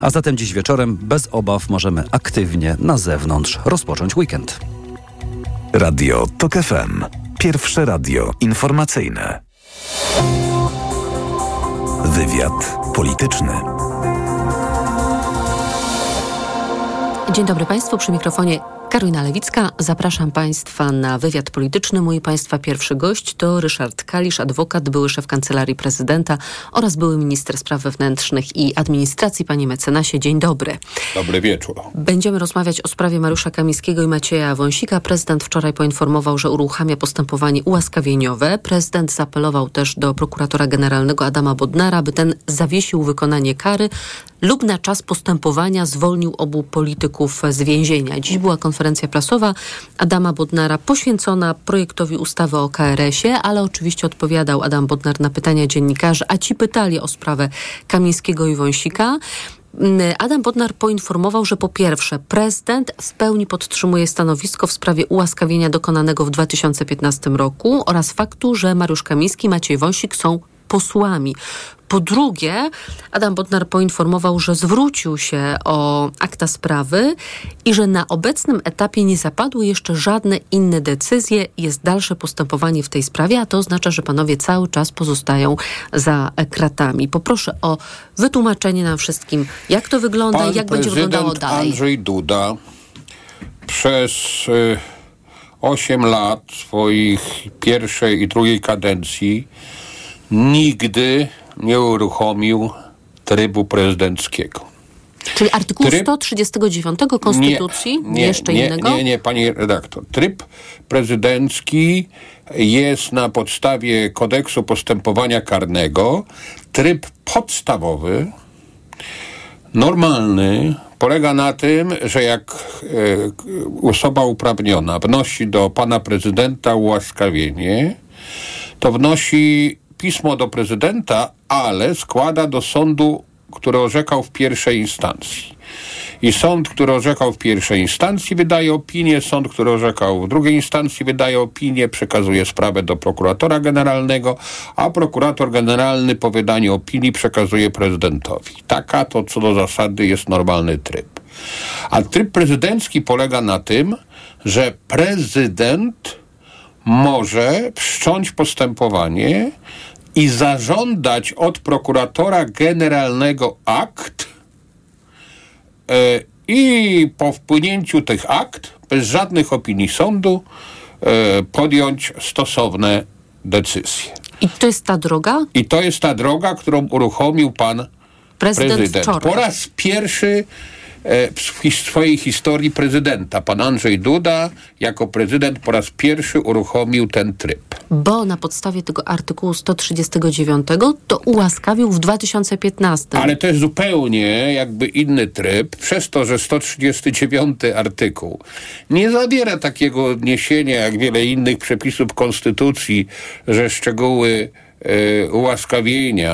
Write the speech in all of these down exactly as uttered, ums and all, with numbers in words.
A zatem dziś wieczorem bez obaw możemy aktywnie na zewnątrz rozpocząć weekend. Radio TOK F M. Pierwsze radio informacyjne. Wywiad polityczny. Dzień dobry Państwu, przy mikrofonie Karolina Lewicka. Zapraszam Państwa na wywiad polityczny. Mój Państwa pierwszy gość to Ryszard Kalisz, adwokat, były szef Kancelarii Prezydenta oraz były minister spraw wewnętrznych i administracji. Panie mecenasie, dzień dobry. Dobry wieczór. Będziemy rozmawiać o sprawie Mariusza Kamińskiego i Macieja Wąsika. Prezydent wczoraj poinformował, że uruchamia postępowanie ułaskawieniowe. Prezydent zaapelował też do prokuratora generalnego Adama Bodnara, by ten zawiesił wykonanie kary lub na czas postępowania zwolnił obu polityków z więzienia. Dziś była konferencja prasowa Adama Bodnara poświęcona projektowi ustawy o K R S ie, ale oczywiście odpowiadał Adam Bodnar na pytania dziennikarzy, a ci pytali o sprawę Kamińskiego i Wąsika. Adam Bodnar poinformował, że po pierwsze prezydent w pełni podtrzymuje stanowisko w sprawie ułaskawienia dokonanego w dwa tysiące piętnastym roku oraz faktu, że Mariusz Kamiński i Maciej Wąsik są posłami. Po drugie, Adam Bodnar poinformował, że zwrócił się o akta sprawy i że na obecnym etapie nie zapadły jeszcze żadne inne decyzje. Jest dalsze postępowanie w tej sprawie, a to oznacza, że panowie cały czas pozostają za kratami. Poproszę o wytłumaczenie nam wszystkim, jak to wygląda Pan i jak będzie wyglądało dalej. Andrzej Duda przez y, osiem lat swoich pierwszej i drugiej kadencji nigdy nie uruchomił trybu prezydenckiego. Czyli artykuł Tryb... sto trzydziestego dziewiątego Konstytucji? Nie, nie, jeszcze nie, innego? Nie, nie, pani redaktor. Tryb prezydencki jest na podstawie kodeksu postępowania karnego. Tryb podstawowy, normalny, polega na tym, że jak e, osoba uprawniona wnosi do pana prezydenta ułaskawienie, to wnosi pismo do prezydenta, ale składa do sądu, który orzekał w pierwszej instancji. I sąd, który orzekał w pierwszej instancji, wydaje opinię, sąd, który orzekał w drugiej instancji, wydaje opinię, przekazuje sprawę do prokuratora generalnego, a prokurator generalny po wydaniu opinii przekazuje prezydentowi. Taka to co do zasady jest normalny tryb. A tryb prezydencki polega na tym, że prezydent może wszcząć postępowanie i zażądać od prokuratora generalnego akt yy, i po wpłynięciu tych akt, bez żadnych opinii sądu, yy, podjąć stosowne decyzje. I to jest ta droga? I to jest ta droga, którą uruchomił pan prezydent. prezydent. Po raz pierwszy w swojej historii prezydenta. Pan Andrzej Duda jako prezydent po raz pierwszy uruchomił ten tryb. Bo na podstawie tego artykułu sto trzydziestego dziewiątego to ułaskawił w dwa tysiące piętnastym. Ale to jest zupełnie jakby inny tryb, przez to, że sto trzydziesty dziewiąty artykuł nie zawiera takiego odniesienia jak wiele innych przepisów Konstytucji, że szczegóły y, ułaskawienia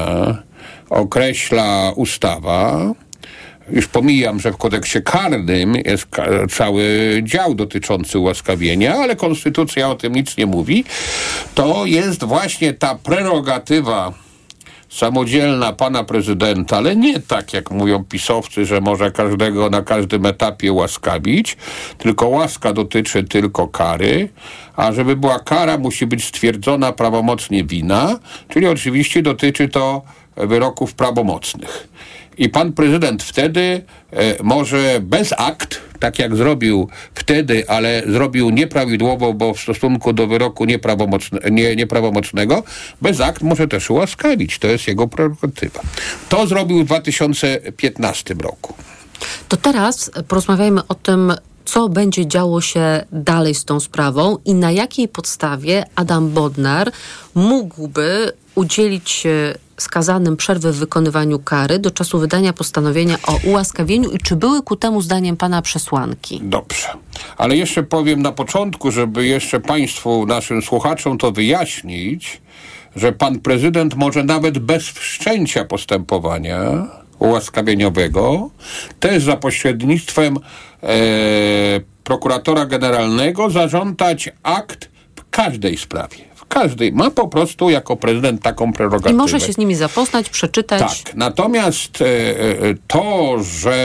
określa ustawa. Już pomijam, że w kodeksie karnym jest ka- cały dział dotyczący ułaskawienia, ale konstytucja o tym nic nie mówi. To jest właśnie ta prerogatywa samodzielna pana prezydenta, ale nie tak jak mówią pisowcy, że może każdego na każdym etapie łaskawić, tylko łaska dotyczy tylko kary, a żeby była kara, musi być stwierdzona prawomocnie wina, czyli oczywiście dotyczy to wyroków prawomocnych. I pan prezydent wtedy e, może bez akt, tak jak zrobił wtedy, ale zrobił nieprawidłowo, bo w stosunku do wyroku nieprawomocne, nie, nieprawomocnego, bez akt może też ułaskawić. To jest jego prerogatywa. To zrobił w dwa tysiące piętnastym roku. To teraz porozmawiajmy o tym, co będzie działo się dalej z tą sprawą i na jakiej podstawie Adam Bodnar mógłby udzielić skazanym przerwy w wykonywaniu kary do czasu wydania postanowienia o ułaskawieniu i czy były ku temu zdaniem pana przesłanki? Dobrze. Ale jeszcze powiem na początku, żeby jeszcze państwu, naszym słuchaczom to wyjaśnić, że pan prezydent może nawet bez wszczęcia postępowania ułaskawieniowego, też za pośrednictwem e, prokuratora generalnego zażądać akt w każdej sprawie. W Każdy ma po prostu jako prezydent taką prerogatywę. I może się z nimi zapoznać, przeczytać. Tak. Natomiast e, to, że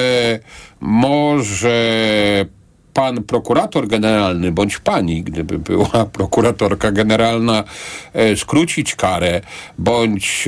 może pan prokurator generalny, bądź pani, gdyby była prokuratorka generalna, e, skrócić karę, bądź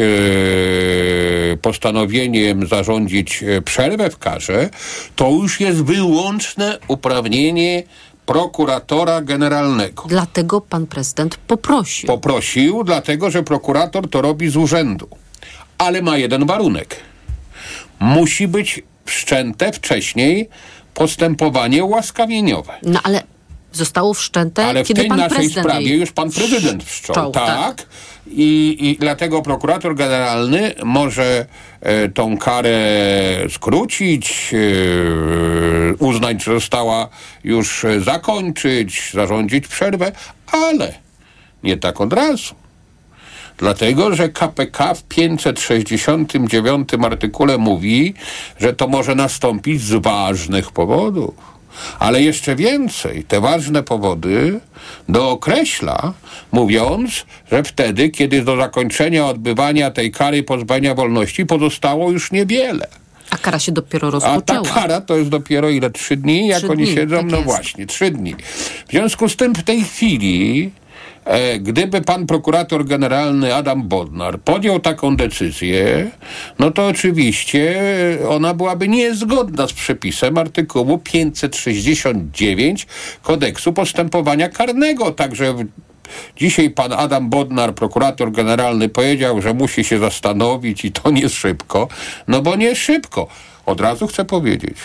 e, postanowieniem zarządzić przerwę w karze, to już jest wyłączne uprawnienie prokuratora generalnego. Dlatego pan prezydent poprosił. Poprosił, dlatego że prokurator to robi z urzędu. Ale ma jeden warunek. Musi być wszczęte wcześniej postępowanie ułaskawieniowe. No ale zostało wszczęte, ale kiedy w tej pan naszej prezydent sprawie jej już pan prezydent wszczął. wszczął, Tak. tak. I, I dlatego prokurator generalny może e, tą karę skrócić, e, uznać, że została już e, zakończyć, zarządzić przerwę, ale nie tak od razu. Dlatego, że K P K w pięćset sześćdziesiątym dziewiątym artykule mówi, że to może nastąpić z ważnych powodów. Ale jeszcze więcej, te ważne powody dookreśla, mówiąc, że wtedy, kiedy do zakończenia odbywania tej kary pozbawienia wolności pozostało już niewiele. A kara się dopiero A rozpoczęła. ta kara to jest dopiero ile? Trzy dni? Jak Trzy oni dni, siedzą? tak No jest. właśnie, trzy dni. W związku z tym w tej chwili E, gdyby pan prokurator generalny Adam Bodnar podjął taką decyzję, no to oczywiście ona byłaby niezgodna z przepisem artykułu pięćset sześćdziesiąt dziewięć Kodeksu Postępowania Karnego. Także w, dzisiaj pan Adam Bodnar, prokurator generalny, powiedział, że musi się zastanowić i to nie szybko. No bo nie szybko. Od razu chcę powiedzieć,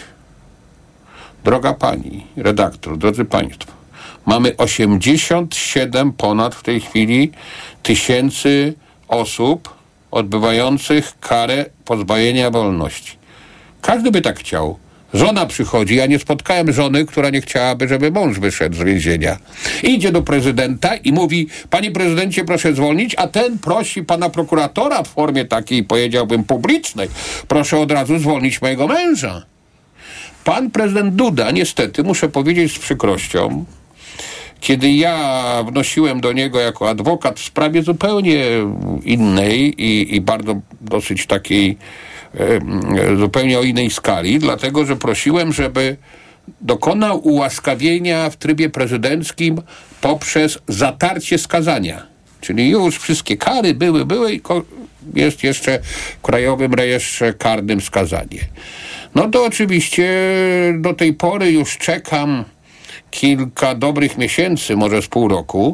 droga pani redaktor, drodzy państwo, mamy osiemdziesiąt siedem ponad w tej chwili tysięcy osób odbywających karę pozbawienia wolności. Każdy by tak chciał. Żona przychodzi, ja nie spotkałem żony, która nie chciałaby, żeby mąż wyszedł z więzienia. Idzie do prezydenta i mówi, panie prezydencie, proszę zwolnić, a ten prosi pana prokuratora w formie takiej, powiedziałbym, publicznej. Proszę od razu zwolnić mojego męża. Pan prezydent Duda, niestety, muszę powiedzieć z przykrością, kiedy ja wnosiłem do niego jako adwokat w sprawie zupełnie innej i, i bardzo dosyć takiej e, zupełnie o innej skali, dlatego że prosiłem, żeby dokonał ułaskawienia w trybie prezydenckim poprzez zatarcie skazania. Czyli już wszystkie kary były, były i ko- jest jeszcze w Krajowym Rejestrze Karnym skazanie. No to oczywiście do tej pory już czekam kilka dobrych miesięcy, może z pół roku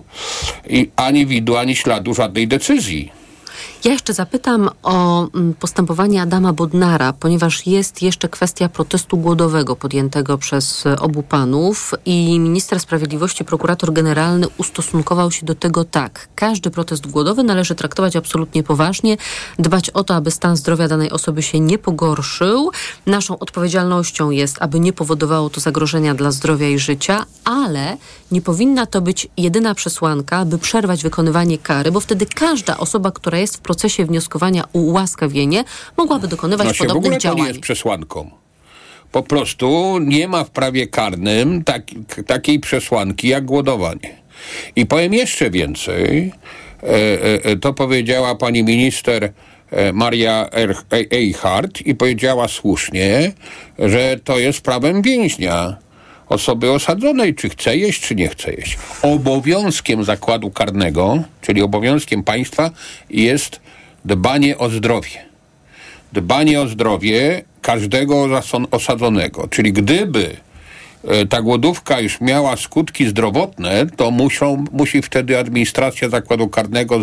i ani widu, ani śladu żadnej decyzji. Ja jeszcze zapytam o postępowanie Adama Bodnara, ponieważ jest jeszcze kwestia protestu głodowego podjętego przez obu panów i minister sprawiedliwości, prokurator generalny ustosunkował się do tego tak. Każdy protest głodowy należy traktować absolutnie poważnie, dbać o to, aby stan zdrowia danej osoby się nie pogorszył. Naszą odpowiedzialnością jest, aby nie powodowało to zagrożenia dla zdrowia i życia, ale nie powinna to być jedyna przesłanka, aby przerwać wykonywanie kary, bo wtedy każda osoba, która jest w procesie wnioskowania o ułaskawienie, mogłaby dokonywać Znaczy, podobnych w ogóle działań. to nie jest przesłanką. Po prostu nie ma w prawie karnym tak, takiej przesłanki jak głodowanie. I powiem jeszcze więcej. E, e, to powiedziała pani minister e, Maria Eichardt i powiedziała słusznie, że to jest prawem więźnia, osoby osadzonej, czy chce jeść, czy nie chce jeść. Obowiązkiem zakładu karnego, czyli obowiązkiem państwa, jest dbanie o zdrowie. Dbanie o zdrowie każdego osadzonego. Czyli gdyby ta głodówka już miała skutki zdrowotne, to muszą, musi wtedy administracja zakładu karnego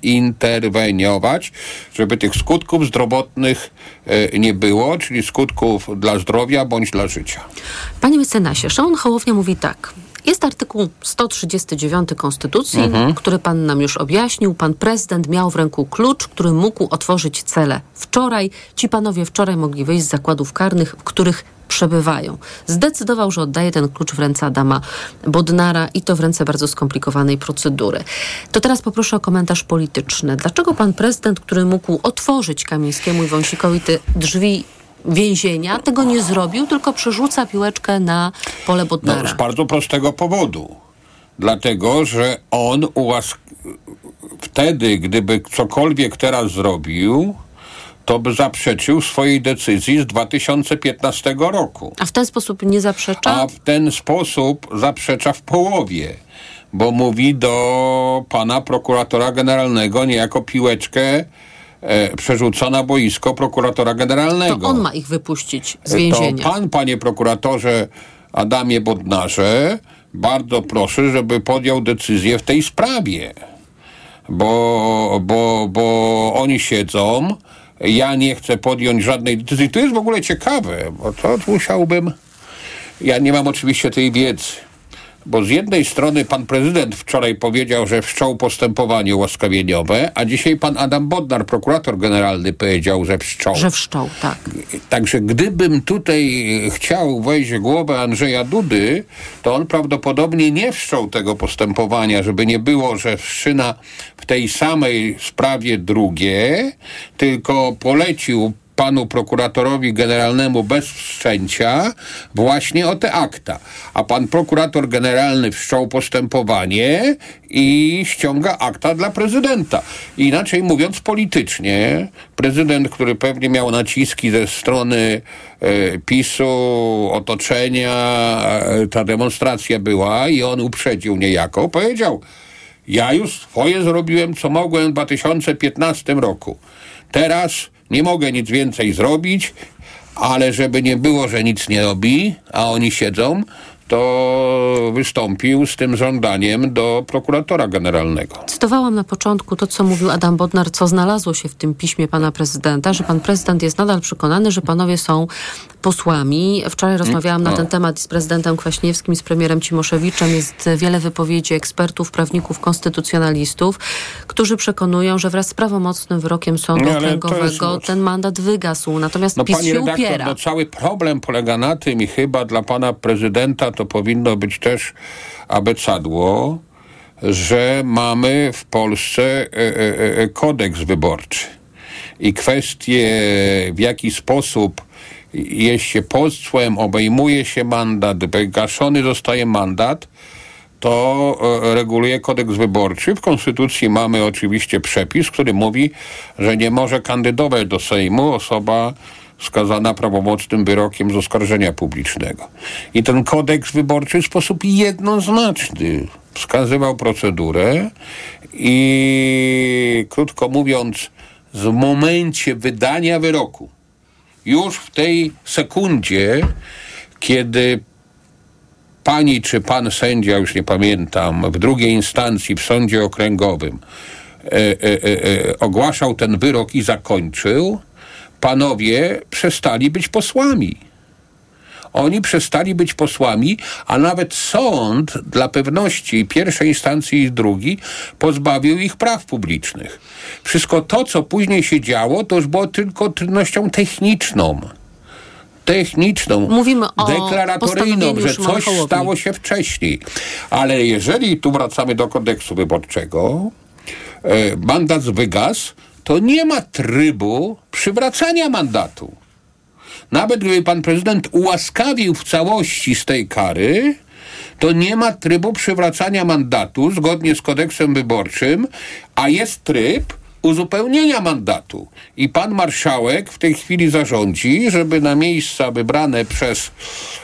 zainterweniować, żeby tych skutków zdrowotnych nie było, czyli skutków dla zdrowia bądź dla życia. Panie mecenasie, Szymon Hołownia mówi tak. Jest artykuł sto trzydziesty dziewiąty Konstytucji, mhm. który pan nam już objaśnił. Pan prezydent miał w ręku klucz, który mógł otworzyć cele. Wczoraj, ci panowie wczoraj mogli wyjść z zakładów karnych, w których przebywają. Zdecydował, że oddaje ten klucz w ręce Adama Bodnara i to w ręce bardzo skomplikowanej procedury. To teraz poproszę o komentarz polityczny. Dlaczego pan prezydent, który mógł otworzyć Kamińskiemu i Wąsikowi te drzwi więzienia, tego nie zrobił, tylko przerzuca piłeczkę na pole Bodnara? No, z bardzo prostego powodu. Dlatego, że on ułask- wtedy, gdyby cokolwiek teraz zrobił, to by zaprzeczył swojej decyzji z dwa tysiące piętnastego roku. A w ten sposób nie zaprzecza? A w ten sposób zaprzecza w połowie, bo mówi do pana prokuratora generalnego niejako piłeczkę e, przerzuca na boisko prokuratora generalnego. To on ma ich wypuścić z więzienia. To pan, panie prokuratorze Adamie Bodnarze, bardzo proszę, żeby podjął decyzję w tej sprawie, bo, bo, bo oni siedzą, ja nie chcę podjąć żadnej decyzji. To jest w ogóle ciekawe, bo to musiałbym... Ja nie mam oczywiście tej wiedzy, bo z jednej strony pan prezydent wczoraj powiedział, że wszczął postępowanie ułaskawieniowe, a dzisiaj pan Adam Bodnar, prokurator generalny, powiedział, że wszczął. Że wszczął, tak. Także gdybym tutaj chciał wejść w głowę Andrzeja Dudy, to on prawdopodobnie nie wszczął tego postępowania, żeby nie było, że wszczyna w tej samej sprawie drugie, tylko polecił panu prokuratorowi generalnemu bez wszczęcia właśnie o te akta. A pan prokurator generalny wszczął postępowanie i ściąga akta dla prezydenta. Inaczej mówiąc politycznie, prezydent, który pewnie miał naciski ze strony e, PiSu, otoczenia, e, ta demonstracja była i on uprzedził niejako, powiedział: ja już swoje zrobiłem, co mogłem w dwa tysiące piętnastym roku. Teraz nie mogę nic więcej zrobić, ale żeby nie było, że nic nie robi, a oni siedzą, to wystąpił z tym żądaniem do prokuratora generalnego. Cytowałam na początku to, co mówił Adam Bodnar, co znalazło się w tym piśmie pana prezydenta, że pan prezydent jest nadal przekonany, że panowie są posłami. Wczoraj rozmawiałam na ten temat z prezydentem Kwaśniewskim, z premierem Cimoszewiczem. Jest wiele wypowiedzi ekspertów, prawników, konstytucjonalistów, którzy przekonują, że wraz z prawomocnym wyrokiem sądu Nie, okręgowego jest... ten mandat wygasł. Natomiast no, PiS pani się redaktor, upiera. No, cały problem polega na tym i chyba dla pana prezydenta to powinno być też abecadło, że mamy w Polsce e, e, e, kodeks wyborczy i kwestie, w jaki sposób jest się posłem, obejmuje się mandat, gaszony zostaje mandat, to e, reguluje kodeks wyborczy. W Konstytucji mamy oczywiście przepis, który mówi, że nie może kandydować do Sejmu osoba skazana prawomocnym wyrokiem z oskarżenia publicznego. I ten kodeks wyborczy w sposób jednoznaczny wskazywał procedurę i krótko mówiąc, w momencie wydania wyroku, już w tej sekundzie, kiedy pani czy pan sędzia, już nie pamiętam, w drugiej instancji w sądzie okręgowym e, e, e, ogłaszał ten wyrok i zakończył, panowie przestali być posłami. Oni przestali być posłami, a nawet sąd dla pewności pierwszej instancji i drugiej pozbawił ich praw publicznych. Wszystko to, co później się działo, to już było tylko trudnością techniczną. Techniczną, Mówimy o deklaratoryjną, że coś Hołowni. stało się wcześniej. Ale jeżeli tu wracamy do kodeksu wyborczego, e, mandat wygasł, to nie ma trybu przywracania mandatu. Nawet gdyby pan prezydent ułaskawił w całości z tej kary, to nie ma trybu przywracania mandatu zgodnie z kodeksem wyborczym, a jest tryb uzupełnienia mandatu. I pan marszałek w tej chwili zarządzi, żeby na miejsca wybrane przez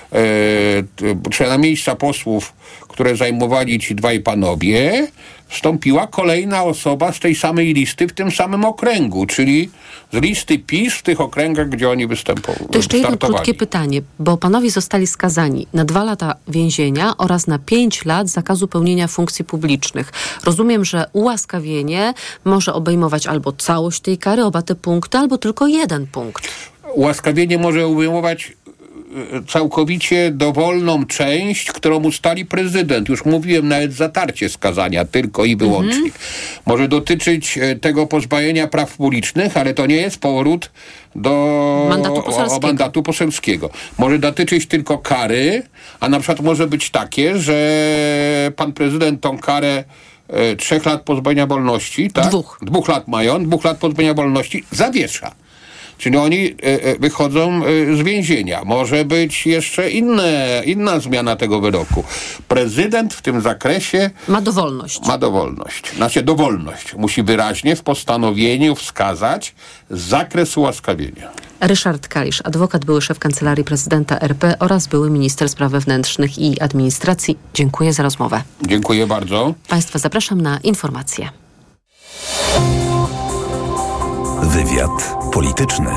e, czy na miejsca posłów, które zajmowali ci dwaj panowie, wstąpiła kolejna osoba z tej samej listy w tym samym okręgu, czyli z listy PiS w tych okręgach, gdzie oni występowali. To jeszcze jedno krótkie pytanie, bo panowie zostali skazani na dwa lata więzienia oraz na pięć lat zakazu pełnienia funkcji publicznych. Rozumiem, że ułaskawienie może obejmować albo całość tej kary, oba te punkty, albo tylko jeden punkt. Ułaskawienie może obejmować całkowicie dowolną część, którą ustali prezydent. Już mówiłem, nawet zatarcie skazania tylko i wyłącznie. Mhm. Może dotyczyć tego pozbawienia praw publicznych, ale to nie jest powrót do mandatu poselskiego. O, o mandatu poselskiego. Może dotyczyć tylko kary, a na przykład może być takie, że pan prezydent tą karę e, trzech lat pozbawienia wolności, tak? Dwóch. Dwóch lat mają, dwóch lat pozbawienia wolności zawiesza. Czyli oni wychodzą z więzienia. Może być jeszcze inne, inna zmiana tego wyroku. Prezydent w tym zakresie ma dowolność. Ma dowolność. Znaczy dowolność. Musi wyraźnie w postanowieniu wskazać zakres ułaskawienia. Ryszard Kalisz, adwokat, były szef Kancelarii Prezydenta R P oraz były minister spraw wewnętrznych i administracji. Dziękuję za rozmowę. Dziękuję bardzo. Państwa zapraszam na informacje. Wywiad polityczny.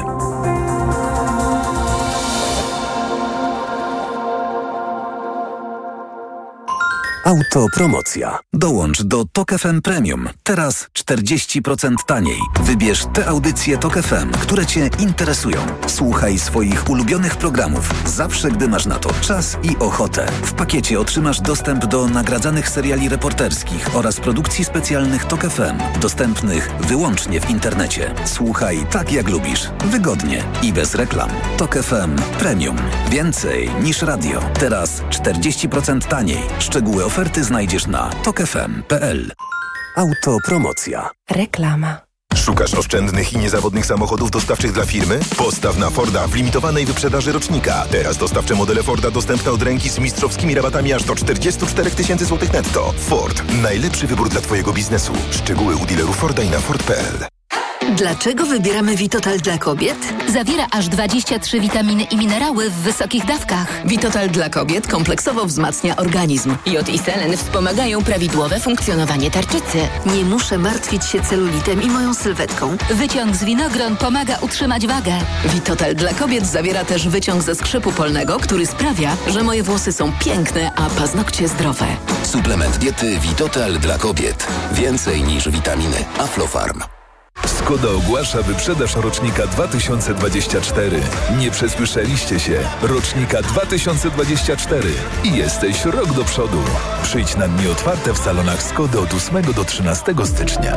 Autopromocja. Dołącz do Tok F M Premium. Teraz czterdzieści procent taniej. Wybierz te audycje Tok F M, które Cię interesują. Słuchaj swoich ulubionych programów zawsze, gdy masz na to czas i ochotę. W pakiecie otrzymasz dostęp do nagradzanych seriali reporterskich oraz produkcji specjalnych Tok F M, dostępnych wyłącznie w internecie. Słuchaj tak, jak lubisz. Wygodnie i bez reklam. Tok F M Premium. Więcej niż radio. Teraz czterdzieści procent taniej. Szczegóły oferty znajdziesz na tok f m kropka p l. Autopromocja. Reklama. Szukasz oszczędnych i niezawodnych samochodów dostawczych dla firmy? Postaw na Forda w limitowanej wyprzedaży rocznika. Teraz dostawcze modele Forda dostępne od ręki z mistrzowskimi rabatami aż do czterdzieści cztery tysiące złotych netto. Ford. Najlepszy wybór dla Twojego biznesu. Szczegóły u dealerów Forda i na ford kropka p l. Dlaczego wybieramy Vitotal dla kobiet? Zawiera aż dwadzieścia trzy witaminy i minerały w wysokich dawkach. Vitotal dla kobiet kompleksowo wzmacnia organizm. Jod i selen wspomagają prawidłowe funkcjonowanie tarczycy. Nie muszę martwić się celulitem i moją sylwetką. Wyciąg z winogron pomaga utrzymać wagę. Vitotal dla kobiet zawiera też wyciąg ze skrzypu polnego, który sprawia, że moje włosy są piękne, a paznokcie zdrowe. Suplement diety Vitotal dla kobiet. Więcej niż witaminy. Aflofarm. Skoda ogłasza wyprzedaż rocznika dwa tysiące dwudziestego czwartego. Nie przesłyszeliście się. Rocznika dwa tysiące dwudziestego czwartego. I jesteś rok do przodu. Przyjdź na dni otwarte w salonach Skody od ósmego do trzynastego stycznia.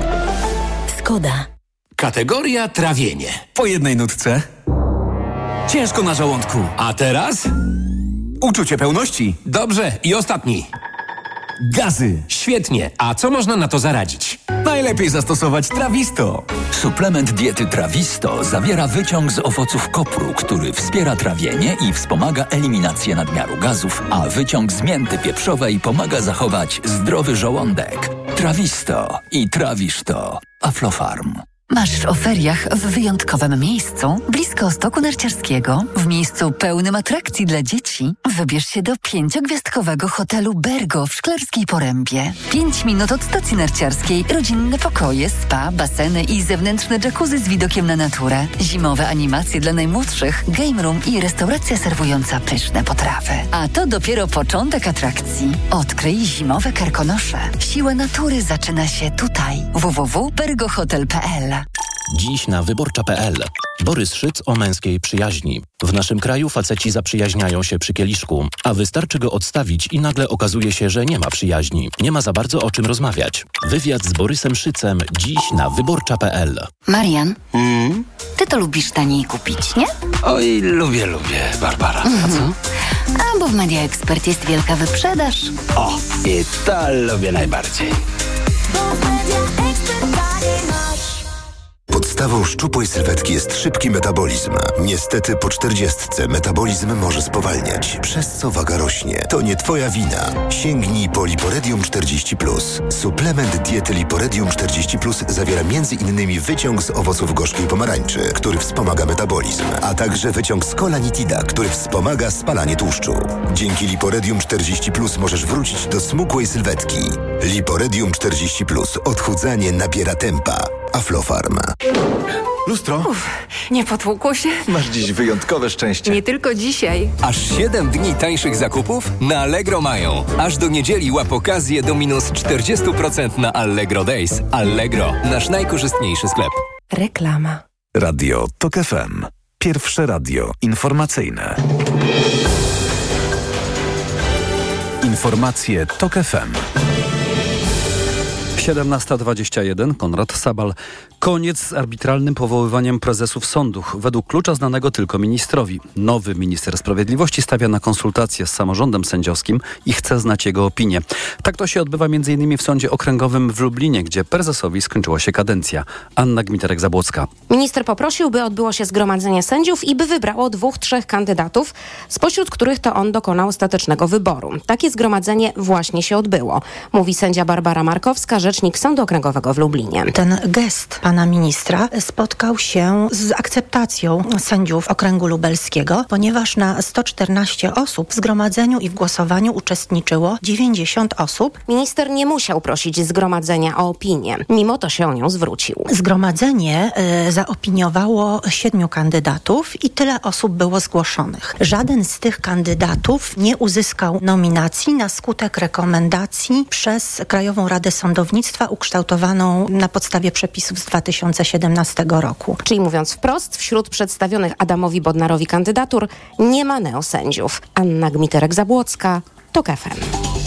Skoda. Kategoria trawienie. Po jednej nutce. Ciężko na żołądku. A teraz? Uczucie pełności. Dobrze, i ostatni. Gazy. Świetnie. A co można na to zaradzić? Najlepiej zastosować Trawisto. Suplement diety Trawisto zawiera wyciąg z owoców kopru, który wspiera trawienie i wspomaga eliminację nadmiaru gazów, a wyciąg z mięty pieprzowej pomaga zachować zdrowy żołądek. Trawisto i trawisz to. Aflofarm. Masz w feriach w wyjątkowym miejscu, blisko stoku narciarskiego, w miejscu pełnym atrakcji dla dzieci. Wybierz się do pięciogwiazdkowego hotelu Bergo w Szklarskiej Porębie. Pięć minut od stacji narciarskiej, rodzinne pokoje, spa, baseny i zewnętrzne jacuzzi z widokiem na naturę. Zimowe animacje dla najmłodszych, game room i restauracja serwująca pyszne potrawy. A to dopiero początek atrakcji. Odkryj zimowe karkonosze. Siła natury zaczyna się tutaj. w w w kropka bergo hotel kropka p l. Dziś na wyborcza kropka p l. Borys Szyc o męskiej przyjaźni. W naszym kraju faceci zaprzyjaźniają się przy kieliszku, a wystarczy go odstawić i nagle okazuje się, że nie ma przyjaźni. Nie ma za bardzo o czym rozmawiać. Wywiad z Borysem Szycem dziś na wyborcza kropka p l. Marian, Hmm? ty to lubisz taniej kupić, nie? Oj, lubię, lubię, Barbara. A co? A bo w Media Expert jest wielka wyprzedaż. O, i to lubię najbardziej. Podstawą szczupłej sylwetki jest szybki metabolizm. Niestety po czterdziestce metabolizm może spowalniać, przez co waga rośnie. To nie Twoja wina. Sięgnij po Liporedium czterdzieści plus. Suplement diety Liporedium czterdzieści plus zawiera między innymi wyciąg z owoców gorzkiej pomarańczy, który wspomaga metabolizm, a także wyciąg z kolanitida, który wspomaga spalanie tłuszczu. Dzięki Liporedium czterdzieści plus możesz wrócić do smukłej sylwetki. Liporedium czterdzieści plus. Odchudzanie nabiera tempa. Aflofarm. Lustro? Uf, nie potłukło się? Masz dziś wyjątkowe szczęście. Nie tylko dzisiaj. Aż siedem dni tańszych zakupów na Allegro mają. Aż do niedzieli łap okazję do minus czterdzieści procent na Allegro Days. Allegro, nasz najkorzystniejszy sklep. Reklama. Radio Tok F M. Pierwsze radio informacyjne. Informacje Tok F M. siedemnasta dwadzieścia jeden, Konrad Sabal. Koniec z arbitralnym powoływaniem prezesów sądów. Według klucza znanego tylko ministrowi. Nowy minister sprawiedliwości stawia na konsultacje z samorządem sędziowskim i chce znać jego opinię. Tak to się odbywa między innymi w Sądzie Okręgowym w Lublinie, gdzie prezesowi skończyła się kadencja. Anna Gmiterek-Zabłocka. Minister poprosił, by odbyło się zgromadzenie sędziów i by wybrało dwóch, trzech kandydatów, spośród których to on dokonał ostatecznego wyboru. Takie zgromadzenie właśnie się odbyło, mówi sędzia Barbara Markowska, rzecznik Sądu Okręgowego w Lublinie. Ten gest pana ministra spotkał się z akceptacją sędziów Okręgu Lubelskiego, ponieważ na sto czternaście osób w zgromadzeniu i w głosowaniu uczestniczyło dziewięćdziesiąt osób. Minister nie musiał prosić zgromadzenia o opinię. Mimo to się o nią zwrócił. Zgromadzenie y, zaopiniowało siedmiu kandydatów i tyle osób było zgłoszonych. Żaden z tych kandydatów nie uzyskał nominacji na skutek rekomendacji przez Krajową Radę Sądownictwa ukształtowaną na podstawie przepisów z dwa tysiące siedemnastego roku. Czyli mówiąc wprost, wśród przedstawionych Adamowi Bodnarowi kandydatur nie ma neosędziów. Anna Gmiterek-Zabłocka, TOK F M.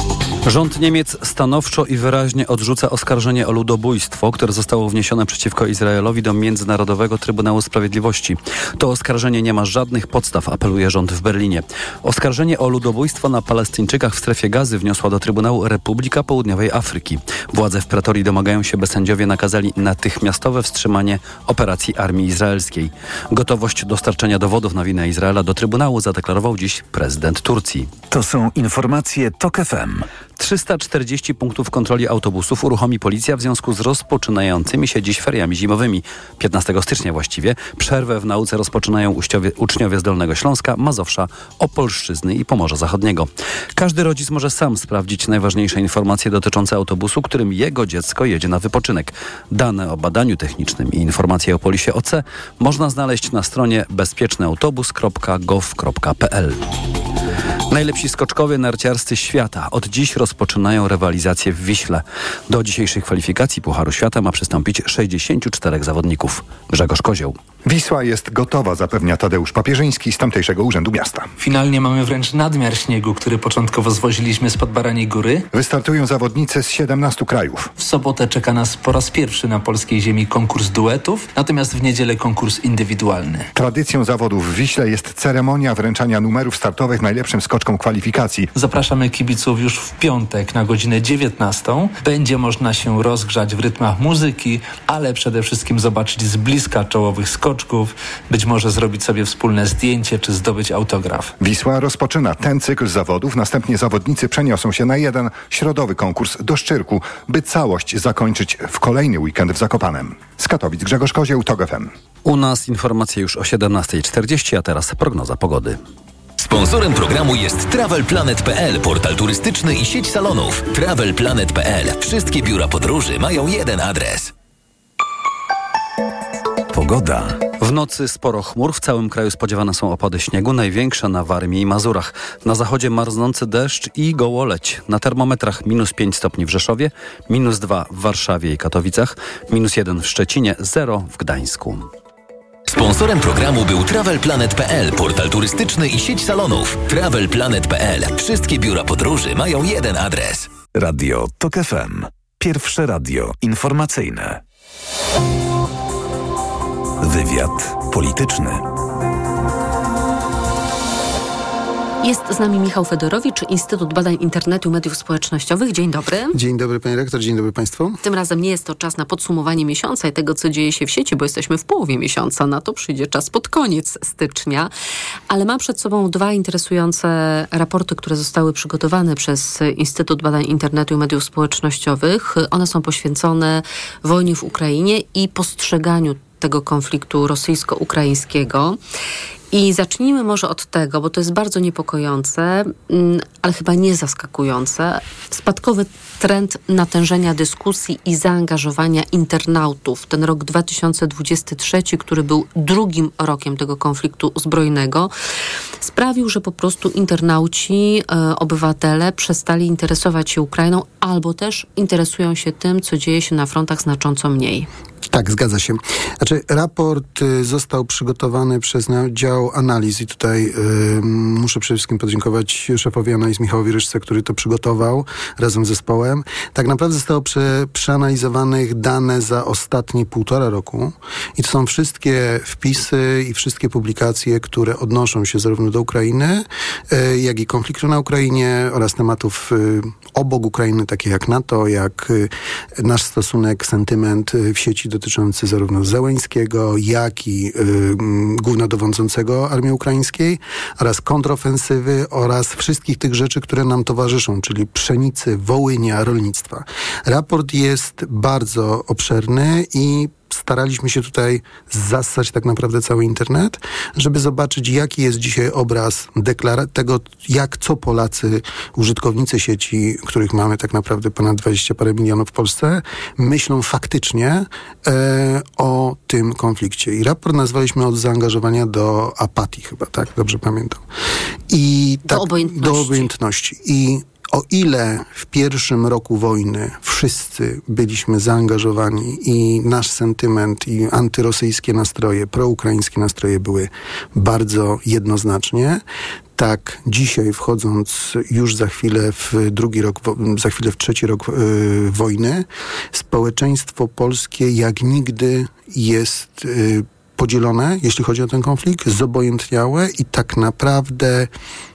Rząd Niemiec stanowczo i wyraźnie odrzuca oskarżenie o ludobójstwo, które zostało wniesione przeciwko Izraelowi do Międzynarodowego Trybunału Sprawiedliwości. To oskarżenie nie ma żadnych podstaw, apeluje rząd w Berlinie. Oskarżenie o ludobójstwo na Palestyńczykach w strefie Gazy wniosła do Trybunału Republika Południowej Afryki. Władze w Pretorii domagają się, by sędziowie nakazali natychmiastowe wstrzymanie operacji armii izraelskiej. Gotowość dostarczenia dowodów na winę Izraela do Trybunału zadeklarował dziś prezydent Turcji. To są informacje TOK F M. trzysta czterdzieści punktów kontroli autobusów uruchomi policja w związku z rozpoczynającymi się dziś feriami zimowymi. piętnastego stycznia właściwie. Przerwę w nauce rozpoczynają uczniowie, uczniowie z Dolnego Śląska, Mazowsza, Opolszczyzny i Pomorza Zachodniego. Każdy rodzic może sam sprawdzić najważniejsze informacje dotyczące autobusu, którym jego dziecko jedzie na wypoczynek. Dane o badaniu technicznym i informacje o polisie O C można znaleźć na stronie bezpieczny autobus kropka gov kropka p l. Najlepsi skoczkowie narciarscy świata od dziś rozpoczynają rywalizację w Wiśle. Do dzisiejszych kwalifikacji Pucharu Świata ma przystąpić sześćdziesięciu czterech zawodników. Grzegorz Kozioł. Wisła jest gotowa, zapewnia Tadeusz Papierzyński z tamtejszego Urzędu Miasta. Finalnie mamy wręcz nadmiar śniegu, który początkowo zwoziliśmy spod Baraniej Góry. Wystartują zawodnicy z siedemnastu krajów. W sobotę czeka nas po raz pierwszy na polskiej ziemi konkurs duetów, natomiast w niedzielę konkurs indywidualny. Tradycją zawodów w Wiśle jest ceremonia wręczania numerów startowych najlepszym skoczkom kwalifikacji. Zapraszamy kibiców już w piątek na godzinę dziewiętnastą. Będzie można się rozgrzać w rytmach muzyki, ale przede wszystkim zobaczyć z bliska czołowych skoczków, być może zrobić sobie wspólne zdjęcie czy zdobyć autograf. Wisła rozpoczyna ten cykl zawodów, następnie zawodnicy przeniosą się na jeden środowy konkurs do Szczyrku, by całość zakończyć w kolejny weekend w Zakopanem. Z Katowic Grzegorz Kozieł, TOK F M. U nas informacje już o siedemnasta czterdzieści, a teraz prognoza pogody. Sponsorem programu jest travel planet kropka p l, portal turystyczny i sieć salonów. travel planet kropka p l. Wszystkie biura podróży mają jeden adres. Pogoda. W nocy sporo chmur, w całym kraju spodziewane są opady śniegu, największe na Warmii i Mazurach. Na zachodzie marznący deszcz i gołoleć. Na termometrach minus pięć stopni w Rzeszowie, minus dwa w Warszawie i Katowicach, minus jeden w Szczecinie, zero w Gdańsku. Sponsorem programu był travel planet kropka p l, portal turystyczny i sieć salonów. travel planet kropka p l. Wszystkie biura podróży mają jeden adres. Radio TOK F M. Pierwsze radio informacyjne. Wywiad polityczny. Jest z nami Michał Fedorowicz, Instytut Badań Internetu i Mediów Społecznościowych. Dzień dobry. Dzień dobry, pani rektor, dzień dobry państwu. Tym razem nie jest to czas na podsumowanie miesiąca i tego, co dzieje się w sieci, bo jesteśmy w połowie miesiąca. Na to przyjdzie czas pod koniec stycznia. Ale mam przed sobą dwa interesujące raporty, które zostały przygotowane przez Instytut Badań Internetu i Mediów Społecznościowych. One są poświęcone wojnie w Ukrainie i postrzeganiu tego konfliktu rosyjsko-ukraińskiego. I zacznijmy może od tego, bo to jest bardzo niepokojące, ale chyba nie zaskakujące. Spadkowy trend natężenia dyskusji i zaangażowania internautów. Ten rok dwa tysiące dwudziesty trzeci, który był drugim rokiem tego konfliktu zbrojnego, sprawił, że po prostu internauci, e, obywatele przestali interesować się Ukrainą albo też interesują się tym, co dzieje się na frontach znacząco mniej. Tak, zgadza się. Znaczy, raport y, został przygotowany przez dział dział analiz i tutaj y, muszę przede wszystkim podziękować szefowi analiz Michałowi Ryszce, który to przygotował razem z zespołem. Tak naprawdę zostało prze, przeanalizowanych dane za ostatnie półtora roku i to są wszystkie wpisy i wszystkie publikacje, które odnoszą się zarówno do Ukrainy, y, jak i konfliktu na Ukrainie oraz tematów y, obok Ukrainy, takie jak NATO, jak y, nasz stosunek, sentyment y, w sieci dotyczący zarówno Zełeńskiego, jak i y, głównodowodzącego armii ukraińskiej oraz kontrofensywy oraz wszystkich tych rzeczy, które nam towarzyszą, czyli pszenicy, Wołynia, rolnictwa. Raport jest bardzo obszerny i staraliśmy się tutaj zassać tak naprawdę cały internet, żeby zobaczyć, jaki jest dzisiaj obraz deklara- tego, jak co Polacy, użytkownicy sieci, których mamy tak naprawdę ponad dwadzieścia parę milionów w Polsce, myślą faktycznie e, o tym konflikcie. I raport nazwaliśmy od zaangażowania do apatii chyba, tak? Dobrze pamiętam. I tak, do obojętności. Do obojętności. I o ile w pierwszym roku wojny wszyscy byliśmy zaangażowani i nasz sentyment i antyrosyjskie nastroje, proukraińskie nastroje były bardzo jednoznacznie, tak dzisiaj wchodząc już za chwilę w drugi rok, za chwilę w trzeci rok yy, wojny, społeczeństwo polskie jak nigdy jest yy, podzielone, jeśli chodzi o ten konflikt, zobojętniałe i tak naprawdę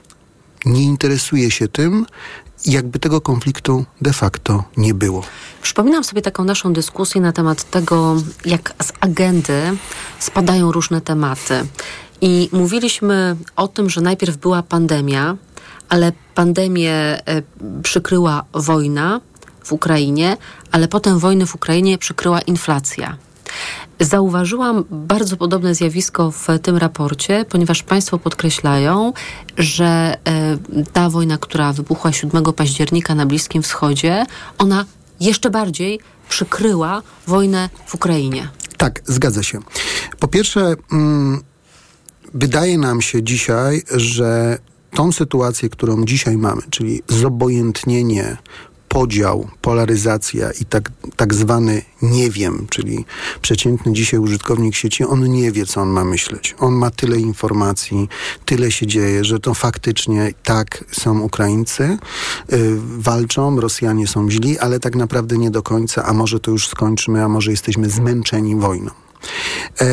nie interesuje się tym, jakby tego konfliktu de facto nie było. Przypominam sobie taką naszą dyskusję na temat tego, jak z agendy spadają różne tematy. I mówiliśmy o tym, że najpierw była pandemia, ale pandemię y, przykryła wojna w Ukrainie, ale potem wojnę w Ukrainie przykryła inflacja. Zauważyłam bardzo podobne zjawisko w tym raporcie, ponieważ państwo podkreślają, że y, ta wojna, która wybuchła siódmego października na Bliskim Wschodzie, ona jeszcze bardziej przykryła wojnę w Ukrainie. Tak, zgadza się. Po pierwsze, mm, wydaje nam się dzisiaj, że tą sytuację, którą dzisiaj mamy, czyli zobojętnienie, podział, polaryzacja i tak, tak zwany nie wiem, czyli przeciętny dzisiaj użytkownik sieci, on nie wie, co on ma myśleć. On ma tyle informacji, tyle się dzieje, że to faktycznie tak są Ukraińcy, yy, walczą, Rosjanie są źli, ale tak naprawdę nie do końca, a może to już skończymy, a może jesteśmy zmęczeni wojną. Yy,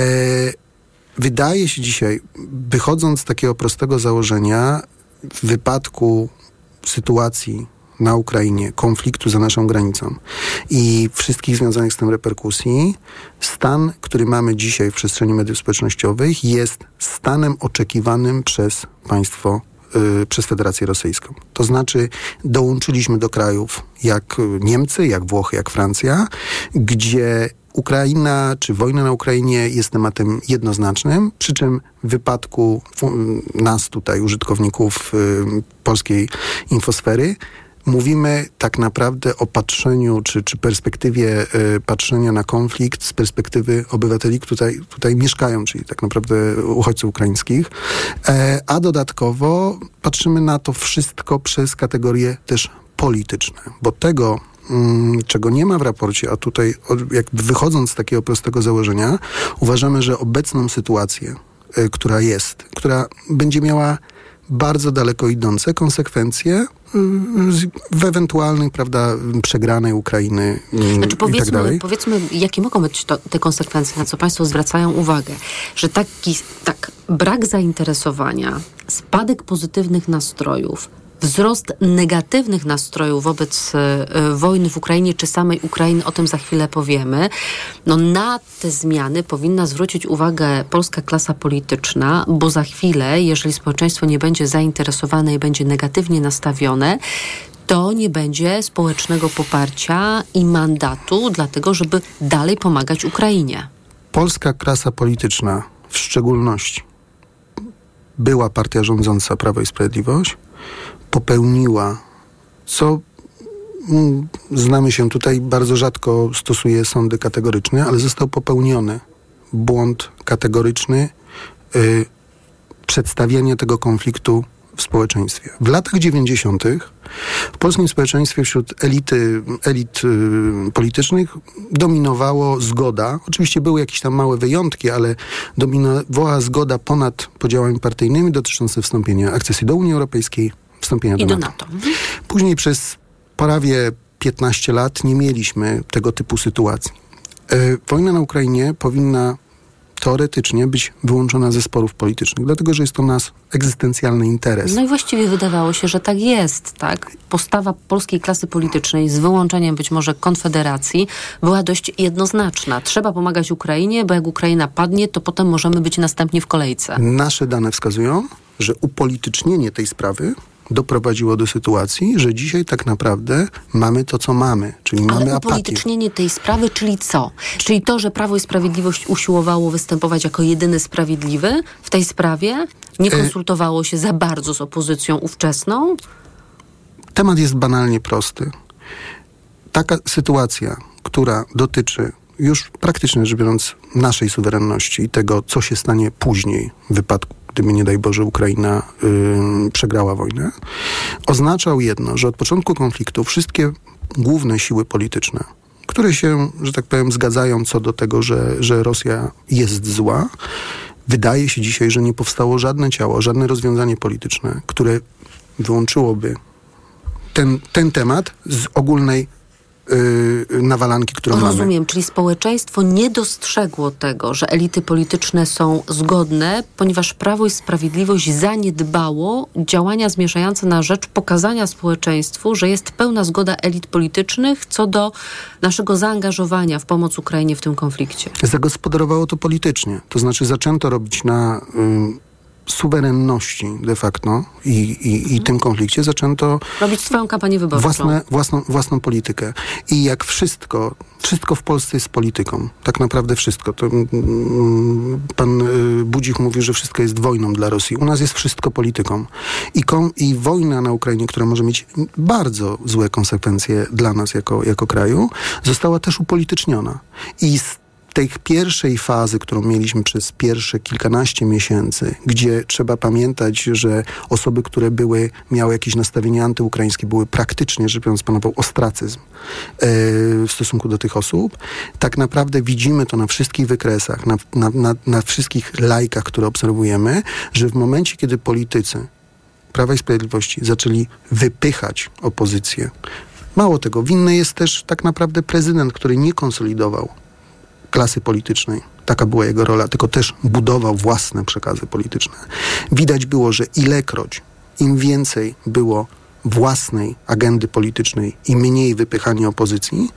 wydaje się dzisiaj, wychodząc z takiego prostego założenia, w wypadku sytuacji na Ukrainie, konfliktu za naszą granicą i wszystkich związanych z tym reperkusji, stan, który mamy dzisiaj w przestrzeni mediów społecznościowych, jest stanem oczekiwanym przez państwo, yy, przez Federację Rosyjską. To znaczy dołączyliśmy do krajów jak Niemcy, jak Włochy, jak Francja, gdzie Ukraina, czy wojna na Ukrainie jest tematem jednoznacznym, przy czym w wypadku nas tutaj, użytkowników yy, polskiej infosfery, mówimy tak naprawdę o patrzeniu, czy, czy perspektywie y, patrzenia na konflikt z perspektywy obywateli, którzy tutaj, tutaj mieszkają, czyli tak naprawdę uchodźców ukraińskich. E, a dodatkowo patrzymy na to wszystko przez kategorie też polityczne, bo tego, mm, czego nie ma w raporcie, a tutaj jakby wychodząc z takiego prostego założenia, uważamy, że obecną sytuację, y, która jest, która będzie miała bardzo daleko idące konsekwencje w ewentualnej, prawda, przegranej Ukrainy znaczy, i tak dalej. Powiedzmy, jakie mogą być to, te konsekwencje, na co państwo zwracają uwagę, że taki tak, brak zainteresowania, spadek pozytywnych nastrojów, wzrost negatywnych nastrojów wobec y, wojny w Ukrainie czy samej Ukrainy, o tym za chwilę powiemy. No, na te zmiany powinna zwrócić uwagę polska klasa polityczna, bo za chwilę, jeżeli społeczeństwo nie będzie zainteresowane i będzie negatywnie nastawione, to nie będzie społecznego poparcia i mandatu dla tego, żeby dalej pomagać Ukrainie. Polska klasa polityczna, w szczególności była partia rządząca Prawo i Sprawiedliwość, popełniła, co mm, znamy się tutaj, bardzo rzadko stosuje sądy kategoryczne, ale został popełniony błąd kategoryczny, y, przedstawianie tego konfliktu w społeczeństwie. W latach dziewięćdziesiątych w polskim społeczeństwie wśród elity, elit y, politycznych dominowało zgoda. Oczywiście były jakieś tam małe wyjątki, ale dominowała zgoda ponad podziałami partyjnymi dotycząca wstąpienia akcesji do Unii Europejskiej, wstąpienia do, I do NATO. NATO. Później przez prawie piętnaście lat nie mieliśmy tego typu sytuacji. Y, wojna na Ukrainie powinna teoretycznie być wyłączona ze sporów politycznych, dlatego, że jest to nasz egzystencjalny interes. No i właściwie wydawało się, że tak jest, tak? Postawa polskiej klasy politycznej z wyłączeniem być może Konfederacji była dość jednoznaczna. Trzeba pomagać Ukrainie, bo jak Ukraina padnie, to potem możemy być następni w kolejce. Nasze dane wskazują, że upolitycznienie tej sprawy doprowadziło do sytuacji, że dzisiaj tak naprawdę mamy to, co mamy, czyli mamy Ale apatię. upolitycznienie tej sprawy, czyli co? Czyli to, że Prawo i Sprawiedliwość usiłowało występować jako jedyny sprawiedliwy w tej sprawie? Nie konsultowało się za bardzo z opozycją ówczesną? Temat jest banalnie prosty. Taka sytuacja, która dotyczy już praktycznie rzecz biorąc naszej suwerenności i tego, co się stanie później w wypadku, gdyby nie daj Boże Ukraina yy, przegrała wojnę, oznaczał jedno, że od początku konfliktu wszystkie główne siły polityczne, które się, że tak powiem, zgadzają co do tego, że, że Rosja jest zła, wydaje się dzisiaj, że nie powstało żadne ciało, żadne rozwiązanie polityczne, które wyłączyłoby ten, ten temat z ogólnej yy, nawalanki, którą mamy. Rozumiem, czyli społeczeństwo nie dostrzegło tego, że elity polityczne są zgodne, ponieważ Prawo i Sprawiedliwość zaniedbało działania zmierzające na rzecz pokazania społeczeństwu, że jest pełna zgoda elit politycznych co do naszego zaangażowania w pomoc Ukrainie w tym konflikcie. Zagospodarowało to politycznie. To znaczy zaczęto robić na y, suwerenności de facto i, i, i hmm. tym konflikcie zaczęto robić swoją kampanię wyborczą. Własne, własną, własną politykę. I jak wszystko, wszystko w Polsce jest polityką. Tak naprawdę wszystko. To, mm, pan y, Budzik mówi, że wszystko jest wojną dla Rosji. U nas jest wszystko polityką. I, kom, i wojna na Ukrainie, która może mieć bardzo złe konsekwencje dla nas jako, jako kraju, została też upolityczniona. I z tej pierwszej fazy, którą mieliśmy przez pierwsze kilkanaście miesięcy, gdzie trzeba pamiętać, że osoby, które były, miały jakieś nastawienie antyukraińskie, były praktycznie, rzecz biorąc, panował ostracyzm yy, w stosunku do tych osób. Tak naprawdę widzimy to na wszystkich wykresach, na, na, na, na wszystkich lajkach, które obserwujemy, że w momencie, kiedy politycy Prawa i Sprawiedliwości zaczęli wypychać opozycję, mało tego, winny jest też tak naprawdę prezydent, który nie konsolidował klasy politycznej. Taka była jego rola, tylko też budował własne przekazy polityczne. Widać było, że ilekroć im więcej było własnej agendy politycznej i mniej wypychania opozycji,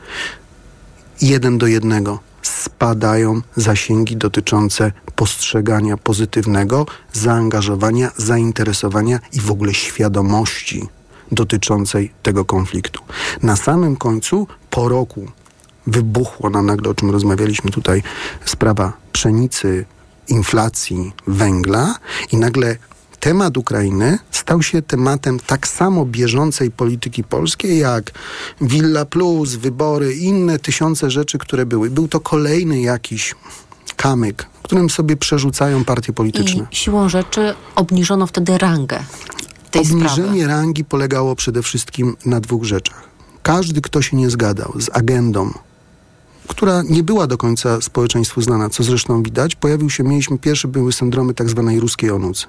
jeden do jednego spadają zasięgi dotyczące postrzegania pozytywnego, zaangażowania, zainteresowania i w ogóle świadomości dotyczącej tego konfliktu. Na samym końcu, po roku, wybuchło nam nagle, o czym rozmawialiśmy tutaj, sprawa pszenicy, inflacji, węgla i nagle temat Ukrainy stał się tematem tak samo bieżącej polityki polskiej, jak Villa Plus, wybory i inne tysiące rzeczy, które były. Był to kolejny jakiś kamyk, którym sobie przerzucają partie polityczne. I siłą rzeczy obniżono wtedy rangę tej sprawy. Obniżenie rangi polegało przede wszystkim na dwóch rzeczach. Każdy, kto się nie zgadzał z agendą, która nie była do końca społeczeństwu znana, co zresztą widać, pojawił się, mieliśmy pierwsze, były syndromy tak zwanej ruskiej onucy.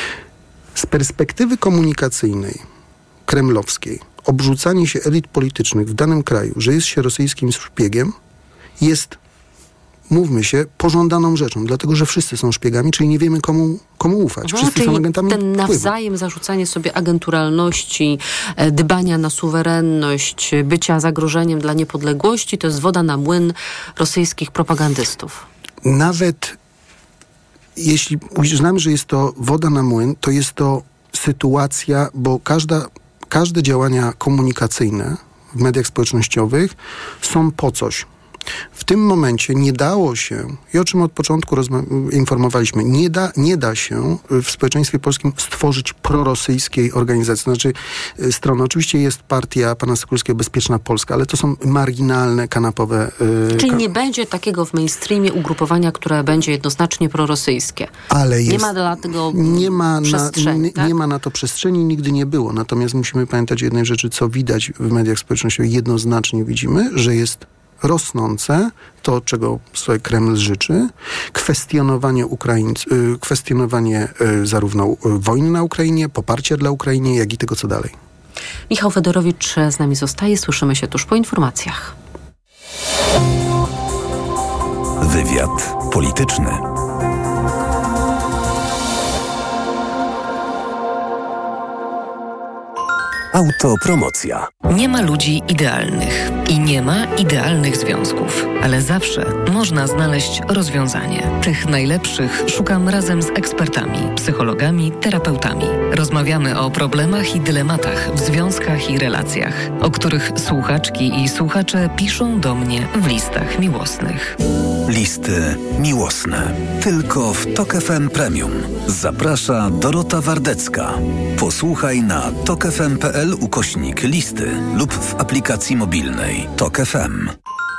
Z perspektywy komunikacyjnej, kremlowskiej, obrzucanie się elit politycznych w danym kraju, że jest się rosyjskim szpiegiem, jest, mówmy się, pożądaną rzeczą, dlatego, że wszyscy są szpiegami, czyli nie wiemy komu, komu ufać. No, wszyscy czyli są agentami ten wpływu. nawzajem zarzucanie sobie agenturalności, dbania na suwerenność, bycia zagrożeniem dla niepodległości, to jest woda na młyn rosyjskich propagandystów. Nawet jeśli uznamy, że jest to woda na młyn, to jest to sytuacja, bo każda, każde działania komunikacyjne w mediach społecznościowych są po coś. W tym momencie nie dało się, i o czym od początku rozma- informowaliśmy, nie da, nie da się w społeczeństwie polskim stworzyć prorosyjskiej organizacji. Znaczy strona, oczywiście jest partia pana Sikulskiego Bezpieczna Polska, ale to są marginalne, kanapowe... Yy, Czyli kan- nie będzie takiego w mainstreamie ugrupowania, które będzie jednoznacznie prorosyjskie. Ale jest, nie ma dlatego nie ma przestrzeni, na, tak? Nie ma na to przestrzeni, nigdy nie było. Natomiast musimy pamiętać o jednej rzeczy, co widać w mediach społecznościowych. Jednoznacznie widzimy, że jest rosnące to, czego sobie Kreml życzy, kwestionowanie Ukraińc, kwestionowanie zarówno wojny na Ukrainie, poparcia dla Ukrainy, jak i tego, co dalej. Michał Fedorowicz z nami zostaje. Słyszymy się tuż po informacjach. Wywiad polityczny. Autopromocja. Nie ma ludzi idealnych i nie ma idealnych związków, ale zawsze można znaleźć rozwiązanie. Tych najlepszych szukam razem z ekspertami, psychologami, terapeutami. Rozmawiamy o problemach i dylematach w związkach i relacjach, o których słuchaczki i słuchacze piszą do mnie w listach miłosnych. Listy miłosne. Tylko w Tok F M Premium. Zaprasza Dorota Wardecka. Posłuchaj na tok f m kropka p l ukośnik listy lub w aplikacji mobilnej Tok F M.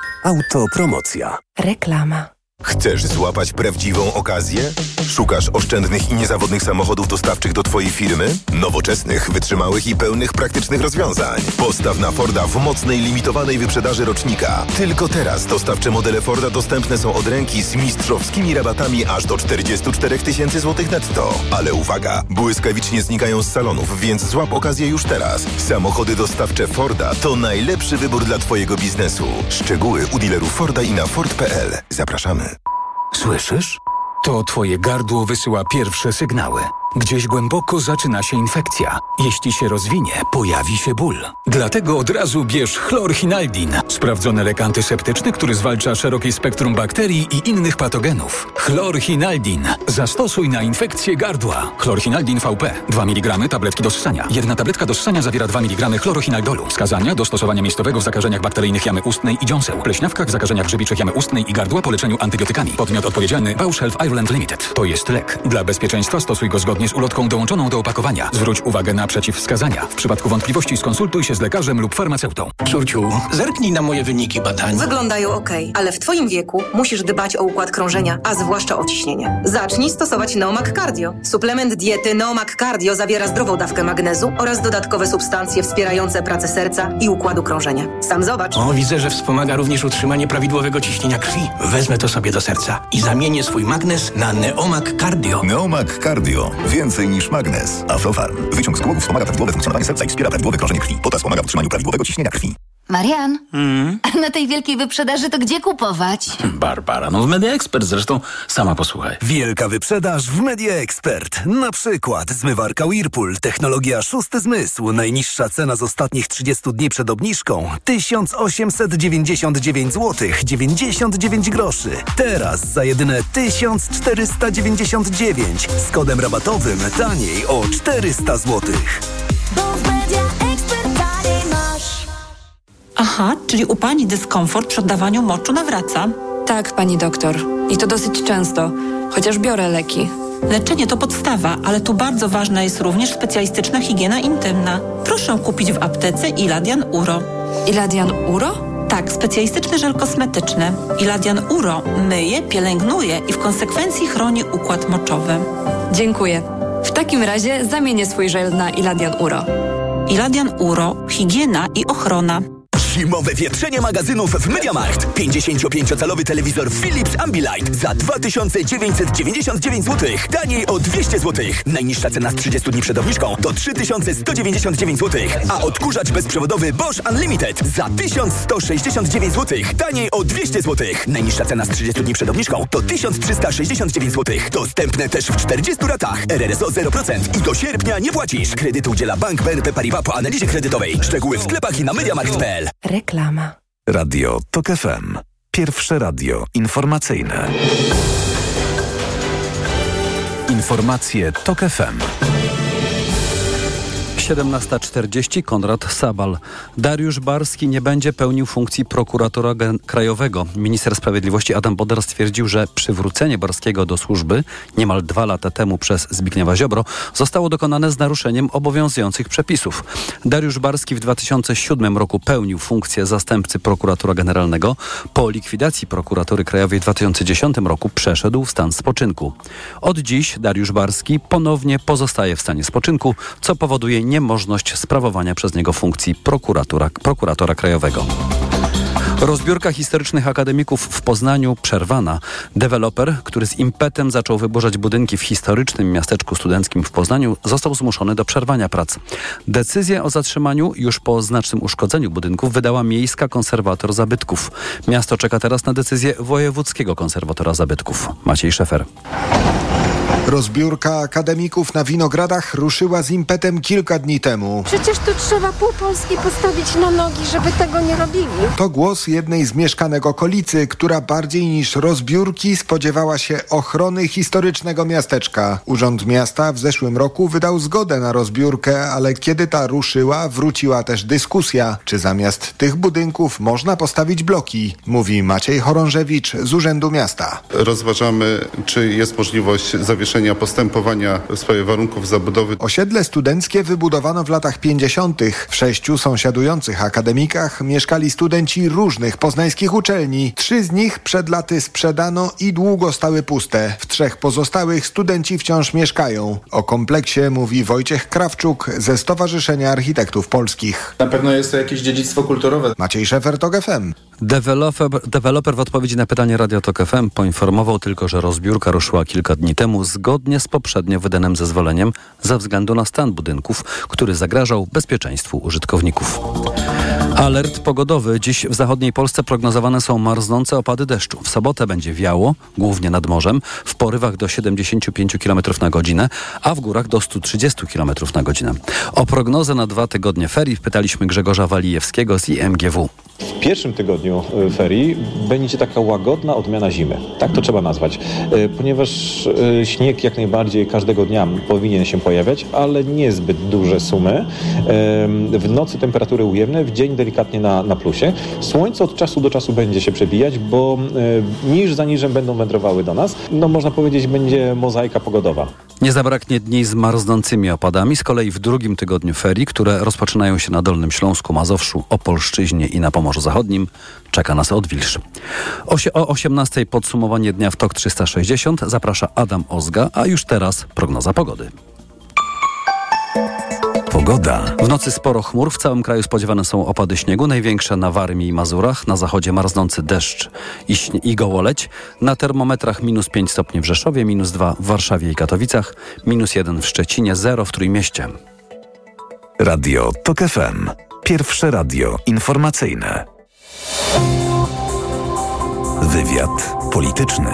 Autopromocja. Reklama. Chcesz złapać prawdziwą okazję? Szukasz oszczędnych i niezawodnych samochodów dostawczych do Twojej firmy? Nowoczesnych, wytrzymałych i pełnych praktycznych rozwiązań. Postaw na Forda w mocnej, limitowanej wyprzedaży rocznika. Tylko teraz dostawcze modele Forda dostępne są od ręki z mistrzowskimi rabatami aż do czterdzieści cztery tysiące złotych netto. Ale uwaga, błyskawicznie znikają z salonów, więc złap okazję już teraz. Samochody dostawcze Forda to najlepszy wybór dla Twojego biznesu. Szczegóły u dealerów Forda i na ford kropka p l. Zapraszamy. Słyszysz? To twoje gardło wysyła pierwsze sygnały. Gdzieś głęboko zaczyna się infekcja. Jeśli się rozwinie, pojawi się ból. Dlatego od razu bierz chlorhinaldin. Sprawdzony lek antyseptyczny, który zwalcza szerokie spektrum bakterii i innych patogenów. Chlorhinaldin. Zastosuj na infekcję gardła. Chlorhinaldin V P. dwa miligramy tabletki do ssania. Jedna tabletka do ssania zawiera dwa miligramy chlorochinaldolu. Wskazania do stosowania miejscowego w zakażeniach bakteryjnych jamy ustnej i dziąseł. Pleśniawkach, zakażeniach grzybiczych jamy ustnej i gardła po leczeniu antybiotykami. Podmiot odpowiedzialny Bausch Health Ireland Limited. To jest lek. Dla bezpieczeństwa stosuj go zgodnie z ulotką dołączoną do opakowania. Zwróć uwagę na przeciwwskazania. W przypadku wątpliwości skonsultuj się z lekarzem lub farmaceutą. Córciu, zerknij na moje wyniki badań. Wyglądają ok, ale w twoim wieku musisz dbać o układ krążenia, a zwłaszcza o ciśnienie. Zacznij stosować Neomag Cardio. Suplement diety Neomag Cardio zawiera zdrową dawkę magnezu oraz dodatkowe substancje wspierające pracę serca i układu krążenia. Sam zobacz. O, widzę, że wspomaga również utrzymanie prawidłowego ciśnienia krwi. Wezmę to sobie do serca i zamienię swój magnez na Neomag Cardio. Neomag Cardio. Więcej niż magnez. Aflofarm. Wyciąg z głowy wspomaga prawidłowe funkcjonowanie serca i wspiera prawidłowe krążenie krwi. Potas pomaga w utrzymaniu prawidłowego ciśnienia krwi. Marian, Mm. a na tej wielkiej wyprzedaży to gdzie kupować? Barbara, no w Media Expert zresztą, sama posłuchaj. Wielka wyprzedaż w Media Expert. Na przykład zmywarka Whirlpool, technologia szósty zmysł. Najniższa cena z ostatnich trzydziestu dni przed obniżką tysiąc osiemset dziewięćdziesiąt dziewięć złotych dziewięćdziesiąt dziewięć groszy. Teraz za jedyne tysiąc czterysta dziewięćdziesiąt dziewięć z kodem rabatowym taniej o czterysta złotych. Aha, czyli u pani dyskomfort przy oddawaniu moczu nawraca? Tak, pani doktor. I to dosyć często, chociaż biorę leki. Leczenie to podstawa, ale tu bardzo ważna jest również specjalistyczna higiena intymna. Proszę kupić w aptece Iladian Uro. Iladian Uro? Tak, specjalistyczny żel kosmetyczny. Iladian Uro myje, pielęgnuje i w konsekwencji chroni układ moczowy. Dziękuję. W takim razie zamienię swój żel na Iladian Uro. Iladian Uro. Higiena i ochrona. Zimowe wietrzenie magazynów w MediaMarkt. pięćdziesięciopięciocalowy telewizor Philips Ambilight za dwa tysiące dziewięćset dziewięćdziesiąt dziewięć złotych. Taniej o dwieście złotych. Najniższa cena z trzydziestu dni przed obniżką to trzy tysiące sto dziewięćdziesiąt dziewięć złotych. A odkurzacz bezprzewodowy Bosch Unlimited za tysiąc sto sześćdziesiąt dziewięć złotych. Taniej o dwieście złotych. Najniższa cena z trzydziestu dni przed obniżką to tysiąc trzysta sześćdziesiąt dziewięć złotych. Dostępne też w czterdziestu ratach. R R S O zero procent i do sierpnia nie płacisz. Kredyt udziela Bank B N P Paribas po analizie kredytowej. Szczegóły w sklepach i na mediamarkt kropka p l. Reklama. Radio Tok F M. Pierwsze radio informacyjne. Informacje Tok F M. siedemnasta czterdzieści, Konrad Sabal. Dariusz Barski nie będzie pełnił funkcji prokuratora gen- krajowego. Minister Sprawiedliwości Adam Bodnar stwierdził, że przywrócenie Barskiego do służby niemal dwa lata temu przez Zbigniewa Ziobro zostało dokonane z naruszeniem obowiązujących przepisów. Dariusz Barski w dwa tysiące siódmym roku pełnił funkcję zastępcy prokuratora generalnego. Po likwidacji prokuratury krajowej w dwa tysiące dziesiątym roku przeszedł w stan spoczynku. Od dziś Dariusz Barski ponownie pozostaje w stanie spoczynku, co powoduje niemożność sprawowania przez niego funkcji prokuratora, prokuratora krajowego. Rozbiórka historycznych akademików w Poznaniu przerwana. Deweloper, który z impetem zaczął wyburzać budynki w historycznym miasteczku studenckim w Poznaniu, został zmuszony do przerwania prac. Decyzję o zatrzymaniu już po znacznym uszkodzeniu budynków wydała Miejska Konserwator Zabytków. Miasto czeka teraz na decyzję Wojewódzkiego Konserwatora Zabytków. Maciej Szefer. Rozbiórka akademików na Winogradach ruszyła z impetem kilka dni temu. Przecież tu trzeba pół Polski postawić na nogi, żeby tego nie robili. To głos jednej z mieszkanek okolicy, która bardziej niż rozbiórki spodziewała się ochrony historycznego miasteczka. Urząd Miasta w zeszłym roku wydał zgodę na rozbiórkę, ale kiedy ta ruszyła, wróciła też dyskusja, czy zamiast tych budynków można postawić bloki, mówi Maciej Chorążewicz z Urzędu Miasta. Rozważamy, czy jest możliwość zawieszenia postępowania w sprawie warunków zabudowy. Osiedle studenckie wybudowano w latach pięćdziesiątych. W sześciu sąsiadujących akademikach mieszkali studenci różnych poznańskich uczelni. Trzy z nich przed laty sprzedano i długo stały puste. W trzech pozostałych studenci wciąż mieszkają. O kompleksie mówi Wojciech Krawczuk ze Stowarzyszenia Architektów Polskich. Na pewno jest to jakieś dziedzictwo kulturowe. Maciej Szefer, Tok F M. Deweloper, deweloper w odpowiedzi na pytanie Radia Tok F M poinformował tylko, że rozbiórka ruszyła kilka dni temu zgodnie z poprzednio wydanym zezwoleniem ze względu na stan budynków, który zagrażał bezpieczeństwu użytkowników. Alert pogodowy. Dziś w zachodniej Polsce prognozowane są marznące opady deszczu. W sobotę będzie wiało, głównie nad morzem, w porywach do siedemdziesiąt pięć kilometrów na godzinę, a w górach do sto trzydzieści kilometrów na godzinę. O prognozę na dwa tygodnie ferii pytaliśmy Grzegorza Walijewskiego z I M G W. W pierwszym tygodniu ferii będzie taka łagodna odmiana zimy. Tak to trzeba nazwać. Ponieważ śnieg jak najbardziej każdego dnia powinien się pojawiać, ale niezbyt duże sumy. W nocy temperatury ujemne, w dzień delikatnie na, na plusie. Słońce od czasu do czasu będzie się przebijać, bo niż za niżem będą wędrowały do nas. No można powiedzieć, będzie mozaika pogodowa. Nie zabraknie dni z marznącymi opadami. Z kolei w drugim tygodniu ferii, które rozpoczynają się na Dolnym Śląsku, Mazowszu, Opolszczyźnie i na Pomorzu Zachodnim, czeka nas odwilż. Osie- o osiemnastej podsumowanie dnia w Tok trzysta sześćdziesiąt. Zaprasza Adam Ozga, a już teraz prognoza pogody. Pogoda. W nocy sporo chmur. W całym kraju spodziewane są opady śniegu. Największe na Warmii i Mazurach. Na zachodzie marznący deszcz i, śni- i gołoleć. Na termometrach minus pięć stopni w Rzeszowie, minus dwa w Warszawie i Katowicach, minus jeden w Szczecinie, zero w Trójmieście. Radio Tok F M. Pierwsze radio informacyjne. Wywiad polityczny.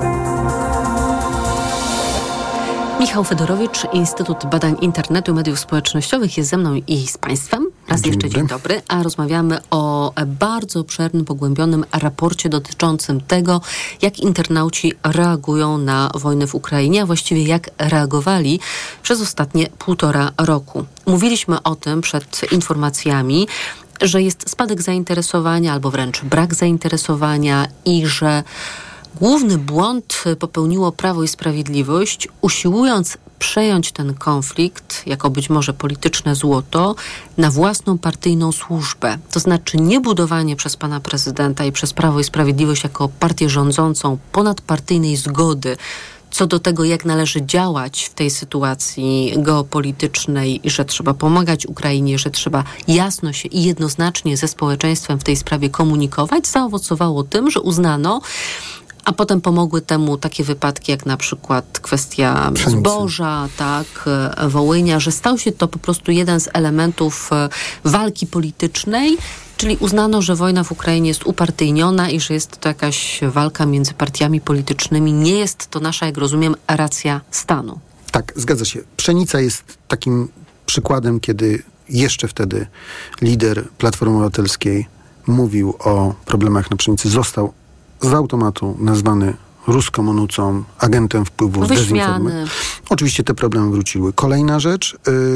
Michał Fedorowicz, Instytut Badań Internetu i Mediów Społecznościowych jest ze mną i z Państwem. Raz dzień jeszcze dobry. Dzień dobry, a rozmawiamy o bardzo obszernym, pogłębionym raporcie dotyczącym tego, jak internauci reagują na wojnę w Ukrainie, a właściwie jak reagowali przez ostatnie półtora roku. Mówiliśmy o tym przed informacjami, że jest spadek zainteresowania albo wręcz brak zainteresowania i że główny błąd popełniło Prawo i Sprawiedliwość, usiłując przejąć ten konflikt, jako być może polityczne złoto, na własną partyjną służbę. To znaczy nie budowanie przez pana prezydenta i przez Prawo i Sprawiedliwość jako partię rządzącą ponadpartyjnej zgody co do tego, jak należy działać w tej sytuacji geopolitycznej i że trzeba pomagać Ukrainie, że trzeba jasno się i jednoznacznie ze społeczeństwem w tej sprawie komunikować, zaowocowało tym, że uznano, a potem pomogły temu takie wypadki, jak na przykład kwestia Pszenicy. zboża, tak, Wołynia, że stał się to po prostu jeden z elementów walki politycznej, czyli uznano, że wojna w Ukrainie jest upartyjniona i że jest to jakaś walka między partiami politycznymi. Nie jest to nasza, jak rozumiem, racja stanu. Tak, zgadza się. Pszenica jest takim przykładem, kiedy jeszcze wtedy lider Platformy Obywatelskiej mówił o problemach na pszenicy. Został z automatu nazwany ruską onucą, agentem wpływów, dezinformacji. Oczywiście te problemy wróciły. Kolejna rzecz, yy,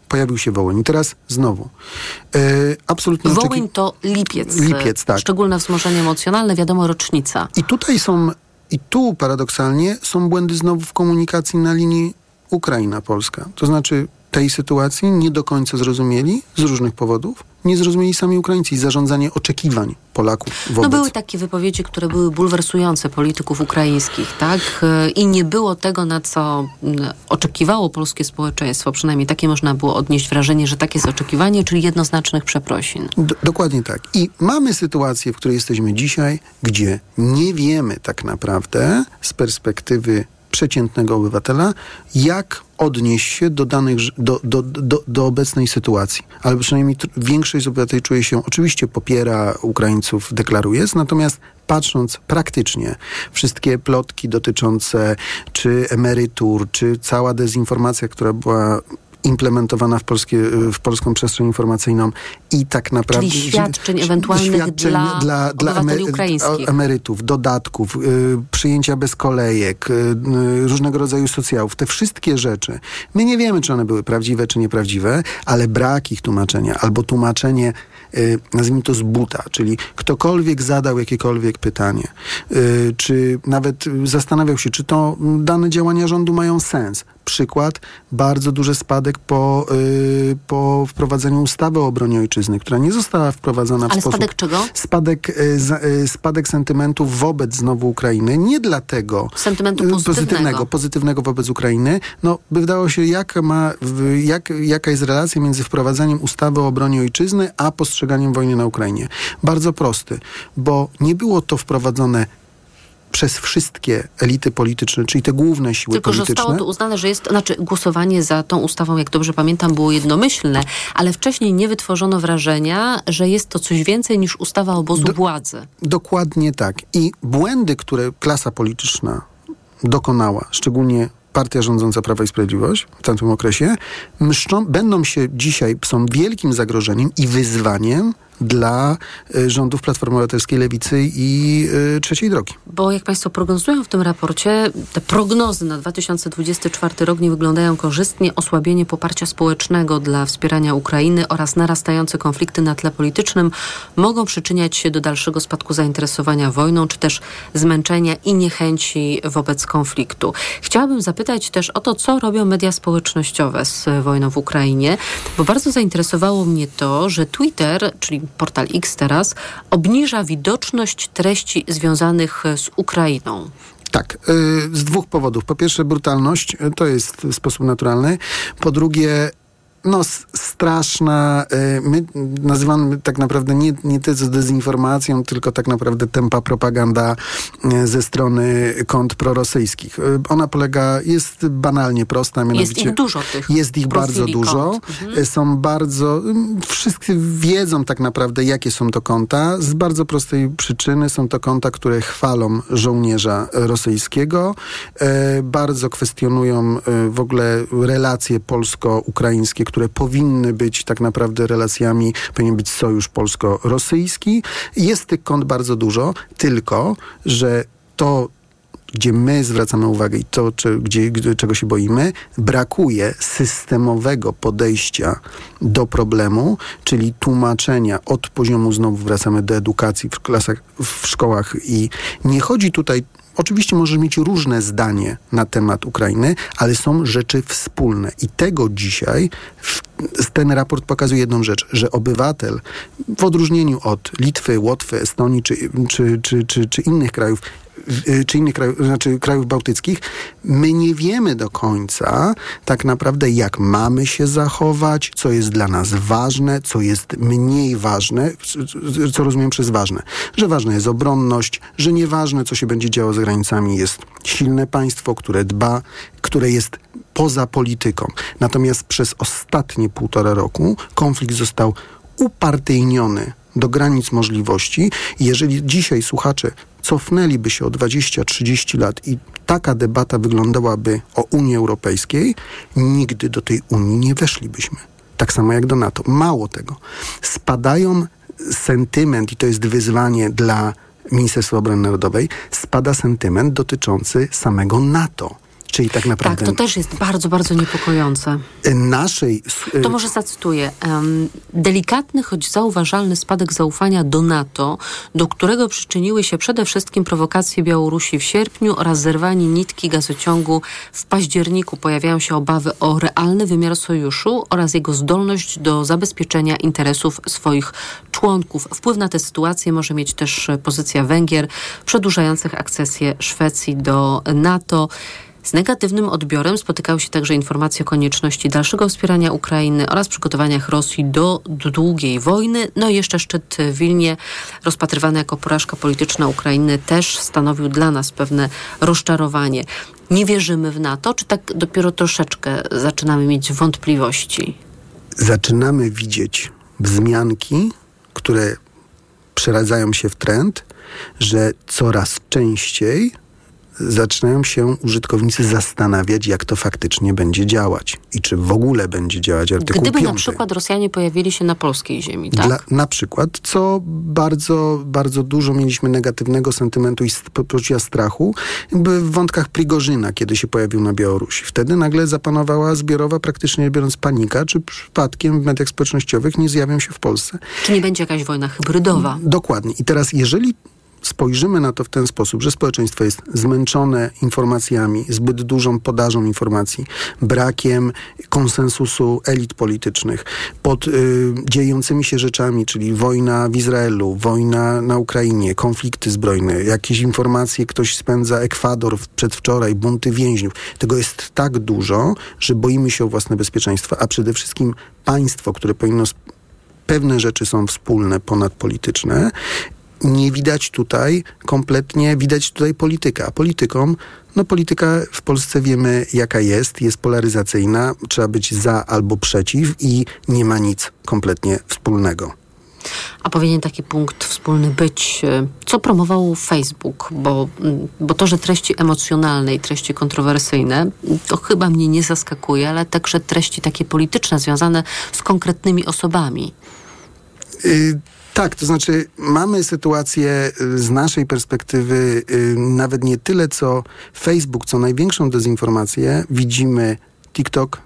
pojawił się Wołyń. I teraz znowu. Yy, absolutnie Wołyń oczeki- to lipiec. Lipiec, tak. Szczególne wzmożenie emocjonalne, wiadomo, rocznica. I tutaj są, i tu paradoksalnie są błędy znowu w komunikacji na linii Ukraina-Polska. To znaczy tej sytuacji nie do końca zrozumieli z różnych powodów. Nie zrozumieli sami Ukraińcy i zarządzanie oczekiwań Polaków wobec... No były takie wypowiedzi, które były bulwersujące polityków ukraińskich, tak? I nie było tego, na co oczekiwało polskie społeczeństwo. Przynajmniej takie można było odnieść wrażenie, że takie jest oczekiwanie, czyli jednoznacznych przeprosin. D- dokładnie tak. I mamy sytuację, w której jesteśmy dzisiaj, gdzie nie wiemy tak naprawdę z perspektywy przeciętnego obywatela, jak odnieść się do danych, do, do, do, do obecnej sytuacji. Ale przynajmniej t- większość obywateli czuje się, oczywiście popiera Ukraińców, deklaruje, natomiast patrząc praktycznie, wszystkie plotki dotyczące czy emerytur, czy cała dezinformacja, która była implementowana w, polskie, w polską przestrzeń informacyjną i tak naprawdę... Czyli świadczeń ewentualnych świadczeń dla, dla, dla obywateli emery, ukraińskich. emerytów, dodatków, y, przyjęcia bez kolejek, y, y, różnego rodzaju socjałów. Te wszystkie rzeczy. My nie wiemy, czy one były prawdziwe, czy nieprawdziwe, ale brak ich tłumaczenia albo tłumaczenie, y, nazwijmy to z buta, czyli ktokolwiek zadał jakiekolwiek pytanie, y, czy nawet zastanawiał się, czy to dane działania rządu mają sens. Przykład, bardzo duży spadek po, yy, po wprowadzeniu ustawy o obronie ojczyzny, która nie została wprowadzona w Ale sposób... spadek czego? Spadek, yy, za, yy, spadek sentymentów wobec znowu Ukrainy. Nie dlatego... Sentymentu yy, pozytywnego. pozytywnego. Pozytywnego wobec Ukrainy. No, by wydało się, jak ma, w, jak, jaka jest relacja między wprowadzaniem ustawy o obronie ojczyzny, a postrzeganiem wojny na Ukrainie. Bardzo prosty, bo nie było to wprowadzone przez wszystkie elity polityczne, czyli te główne siły Tylko, polityczne. że zostało to uznane, że jest, znaczy głosowanie za tą ustawą, jak dobrze pamiętam, było jednomyślne, ale wcześniej nie wytworzono wrażenia, że jest to coś więcej niż ustawa obozu Do, władzy. Dokładnie tak. I błędy, które klasa polityczna dokonała, szczególnie partia rządząca Prawa i Sprawiedliwość w tamtym okresie, mszczą, będą się dzisiaj, są wielkim zagrożeniem i wyzwaniem dla y, rządów Platformy Obywatelskiej, Lewicy i y, Trzeciej Drogi. Bo jak Państwo prognozują w tym raporcie, te prognozy na dwa tysiące dwudziesty czwarty rok nie wyglądają korzystnie. Osłabienie poparcia społecznego dla wspierania Ukrainy oraz narastające konflikty na tle politycznym mogą przyczyniać się do dalszego spadku zainteresowania wojną, czy też zmęczenia i niechęci wobec konfliktu. Chciałabym zapytać też o to, co robią media społecznościowe z wojną w Ukrainie, bo bardzo zainteresowało mnie to, że Twitter, czyli portal X teraz, obniża widoczność treści związanych z Ukrainą. Tak, yy, z dwóch powodów. Po pierwsze brutalność, yy, to jest w sposób naturalny. Po drugie, no s- straszna, yy, my nazywamy tak naprawdę nie, nie tyle co dezinformacją, tylko tak naprawdę tempa propaganda yy, ze strony kont prorosyjskich. Yy, ona polega, jest banalnie prosta, mianowicie... Jest ich dużo tych Jest ich bardzo dużo. Mhm. Yy, są bardzo... Yy, wszyscy wiedzą tak naprawdę, jakie są to konta. Z bardzo prostej przyczyny są to konta, które chwalą żołnierza rosyjskiego. Yy, bardzo kwestionują yy, w ogóle relacje polsko-ukraińskie, które powinny być tak naprawdę relacjami, powinien być sojusz polsko-rosyjski. Jest tych kont bardzo dużo, tylko że to, gdzie my zwracamy uwagę i to, czy, gdzie, gdzie, czego się boimy, brakuje systemowego podejścia do problemu, czyli tłumaczenia od poziomu, znowu wracamy do edukacji w klasach, w szkołach i nie chodzi tutaj. Oczywiście możesz mieć różne zdanie na temat Ukrainy, ale są rzeczy wspólne. I tego dzisiaj w, ten raport pokazuje jedną rzecz, że obywatel w odróżnieniu od Litwy, Łotwy, Estonii czy, czy, czy, czy, czy innych krajów, czy innych krajów, znaczy krajów bałtyckich, my nie wiemy do końca tak naprawdę, jak mamy się zachować, co jest dla nas ważne, co jest mniej ważne, co rozumiem przez ważne. Że ważna jest obronność, że nieważne, co się będzie działo za granicami, jest silne państwo, które dba, które jest poza polityką. Natomiast przez ostatnie półtora roku konflikt został upartyjniony do granic możliwości. I jeżeli dzisiaj słuchacze cofnęliby się o dwadzieścia trzydzieści lat i taka debata wyglądałaby o Unii Europejskiej, nigdy do tej Unii nie weszlibyśmy. Tak samo jak do NATO. Mało tego. Spadają sentyment, i to jest wyzwanie dla Ministerstwa Obrony Narodowej, spada sentyment dotyczący samego NATO. Czyli tak naprawdę... Tak, to też jest bardzo, bardzo niepokojące. Naszej... To może zacytuję. Um, delikatny, choć zauważalny spadek zaufania do NATO, do którego przyczyniły się przede wszystkim prowokacje Białorusi w sierpniu oraz zerwanie nitki gazociągu w październiku. Pojawiają się obawy o realny wymiar sojuszu oraz jego zdolność do zabezpieczenia interesów swoich członków. Wpływ na tę sytuację może mieć też pozycja Węgier, przedłużających akcesję Szwecji do NATO. Z negatywnym odbiorem spotykały się także informacje o konieczności dalszego wspierania Ukrainy oraz przygotowaniach Rosji do długiej wojny. No i jeszcze szczyt w Wilnie, rozpatrywany jako porażka polityczna Ukrainy, też stanowił dla nas pewne rozczarowanie. Nie wierzymy w NATO, czy tak dopiero troszeczkę zaczynamy mieć wątpliwości? Zaczynamy widzieć wzmianki, które przeradzają się w trend, że coraz częściej zaczynają się użytkownicy zastanawiać, jak to faktycznie będzie działać i czy w ogóle będzie działać artykuł Gdyby piąty. na przykład Rosjanie pojawili się na polskiej ziemi, tak? Dla, na przykład, co bardzo, bardzo dużo mieliśmy negatywnego sentymentu i poczucia strachu, jakby w wątkach Prigorzyna, kiedy się pojawił na Białorusi. Wtedy nagle zapanowała zbiorowa, praktycznie biorąc, panika, czy przypadkiem w mediach społecznościowych nie zjawią się w Polsce. Czy nie będzie jakaś wojna hybrydowa? Dokładnie. I teraz, jeżeli spojrzymy na to w ten sposób, że społeczeństwo jest zmęczone informacjami, zbyt dużą podażą informacji, brakiem konsensusu elit politycznych, pod y, dziejącymi się rzeczami, czyli wojna w Izraelu, wojna na Ukrainie, konflikty zbrojne, jakieś informacje, ktoś spędza Ekwador przedwczoraj, bunty więźniów. Tego jest tak dużo, że boimy się o własne bezpieczeństwo, a przede wszystkim państwo, które powinno... Sp- pewne rzeczy są wspólne, ponadpolityczne. Nie widać tutaj kompletnie, widać tutaj politykę. A polityką, no polityka w Polsce wiemy jaka jest, jest polaryzacyjna, trzeba być za albo przeciw i nie ma nic kompletnie wspólnego. A powinien taki punkt wspólny być, co promował Facebook, bo, bo to, że treści emocjonalne i treści kontrowersyjne, to chyba mnie nie zaskakuje, ale także treści takie polityczne związane z konkretnymi osobami. Y- Tak, to znaczy mamy sytuację z naszej perspektywy yy, nawet nie tyle co Facebook, co największą dezinformację widzimy TikTok,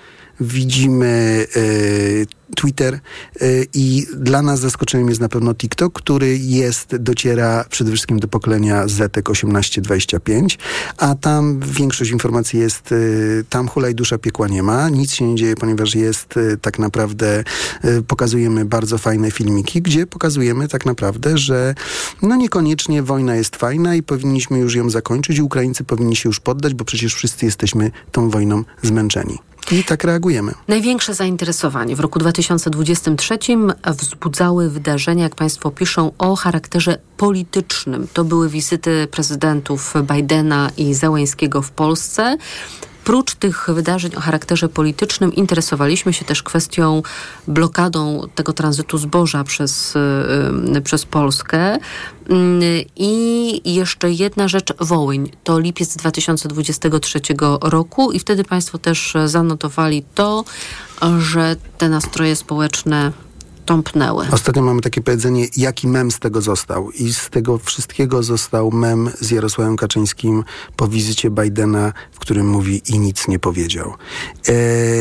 widzimy yy, Twitter yy, i dla nas zaskoczeniem jest na pewno TikTok, który jest, dociera przede wszystkim do pokolenia Zetek osiemnaście dwadzieścia pięć, a tam większość informacji jest, yy, tam hulaj dusza, piekła nie ma, nic się nie dzieje, ponieważ jest yy, tak naprawdę, yy, pokazujemy bardzo fajne filmiki, gdzie pokazujemy tak naprawdę, że no niekoniecznie wojna jest fajna i powinniśmy już ją zakończyć i Ukraińcy powinni się już poddać, bo przecież wszyscy jesteśmy tą wojną zmęczeni. I tak reagujemy. Największe zainteresowanie w roku dwa tysiące dwudziestym trzecim wzbudzały wydarzenia, jak państwo piszą, o charakterze politycznym. To były wizyty prezydentów Bidena i Zełenskiego w Polsce. Prócz tych wydarzeń o charakterze politycznym interesowaliśmy się też kwestią blokadą tego tranzytu zboża przez, yy, przez Polskę. Yy, I jeszcze jedna rzecz, Wołyń. To lipiec dwa tysiące dwudziestego trzeciego roku i wtedy państwo też zanotowali to, że te nastroje społeczne tąpnęły. Ostatnio mamy takie powiedzenie, jaki mem z tego został. I z tego wszystkiego został mem z Jarosławem Kaczyńskim po wizycie Bidena, w którym mówi i nic nie powiedział. Eee,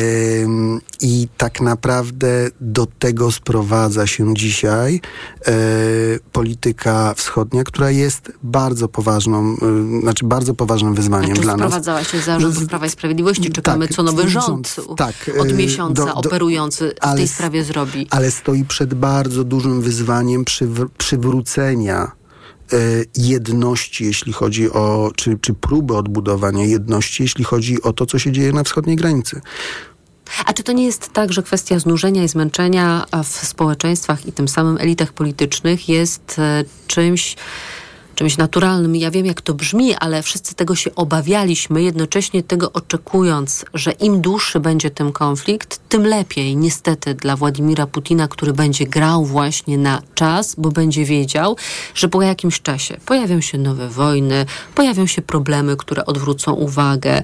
I tak naprawdę do tego sprowadza się dzisiaj e, polityka wschodnia, która jest bardzo poważną, e, znaczy bardzo poważnym wyzwaniem dla nas. Sprowadzała się zarządów Prawa i Sprawiedliwości. Czekamy, tak, co nowy rząd tak, od miesiąca do, do, operujący w ale, tej sprawie zrobi. Ale stoi przed bardzo dużym wyzwaniem przywr- przywrócenia y, jedności, jeśli chodzi o, czy, czy próbę odbudowania jedności, jeśli chodzi o to, co się dzieje na wschodniej granicy. A czy to nie jest tak, że kwestia znużenia i zmęczenia w społeczeństwach i tym samym elitach politycznych jest y, czymś, czymś naturalnym? Ja wiem, jak to brzmi, ale wszyscy tego się obawialiśmy, jednocześnie tego oczekując, że im dłuższy będzie ten konflikt, tym lepiej. Niestety dla Władimira Putina, który będzie grał właśnie na czas, bo będzie wiedział, że po jakimś czasie pojawią się nowe wojny, pojawią się problemy, które odwrócą uwagę.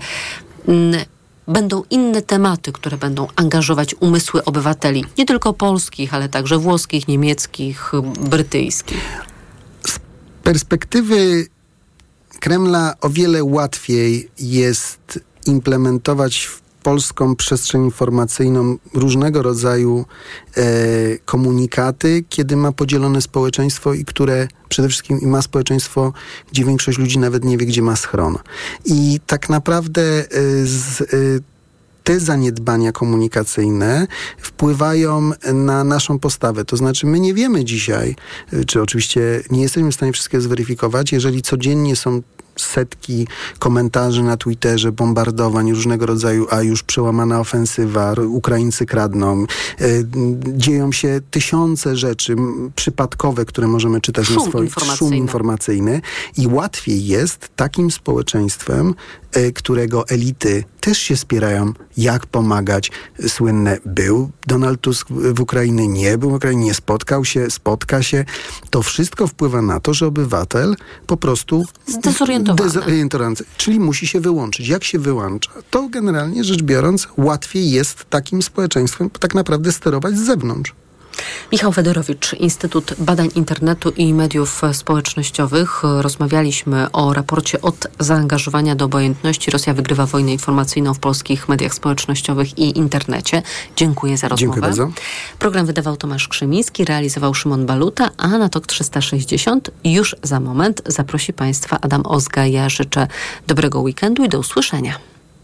Będą inne tematy, które będą angażować umysły obywateli, nie tylko polskich, ale także włoskich, niemieckich, brytyjskich. Perspektywy Kremla o wiele łatwiej jest implementować w polską przestrzeń informacyjną różnego rodzaju e, komunikaty, kiedy ma podzielone społeczeństwo i które przede wszystkim i ma społeczeństwo, gdzie większość ludzi nawet nie wie, gdzie ma schron. I tak naprawdę e, z, e, te zaniedbania komunikacyjne wpływają na naszą postawę. To znaczy my nie wiemy dzisiaj, czy oczywiście nie jesteśmy w stanie wszystkiego zweryfikować, jeżeli codziennie są setki komentarzy na Twitterze, bombardowań różnego rodzaju, a już przełamana ofensywa, Ukraińcy kradną. E, dzieją się tysiące rzeczy m, przypadkowe, które możemy czytać szum na swoich... Informacyjny. Szum informacyjny. I łatwiej jest takim społeczeństwem, e, którego elity też się spierają, jak pomagać. Słynne był Donald Tusk w Ukrainie, nie był w Ukrainie, nie spotkał się, spotka się. To wszystko wpływa na to, że obywatel po prostu zdezorientowany. Dezorientowany, czyli musi się wyłączyć. Jak się wyłącza? To generalnie rzecz biorąc łatwiej jest takim społeczeństwem tak naprawdę sterować z zewnątrz. Michał Federowicz, Instytut Badań Internetu i Mediów Społecznościowych. Rozmawialiśmy o raporcie Od zaangażowania do obojętności. Rosja wygrywa wojnę informacyjną w polskich mediach społecznościowych i internecie. Dziękuję za rozmowę. Dziękuję bardzo. Program wydawał Tomasz Krzymiński, realizował Szymon Baluta, a na Tok trzysta sześćdziesiąt już za moment zaprosi Państwa Adam Ozga. Ja życzę dobrego weekendu i do usłyszenia.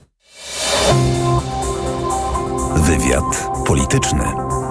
Wywiad polityczny.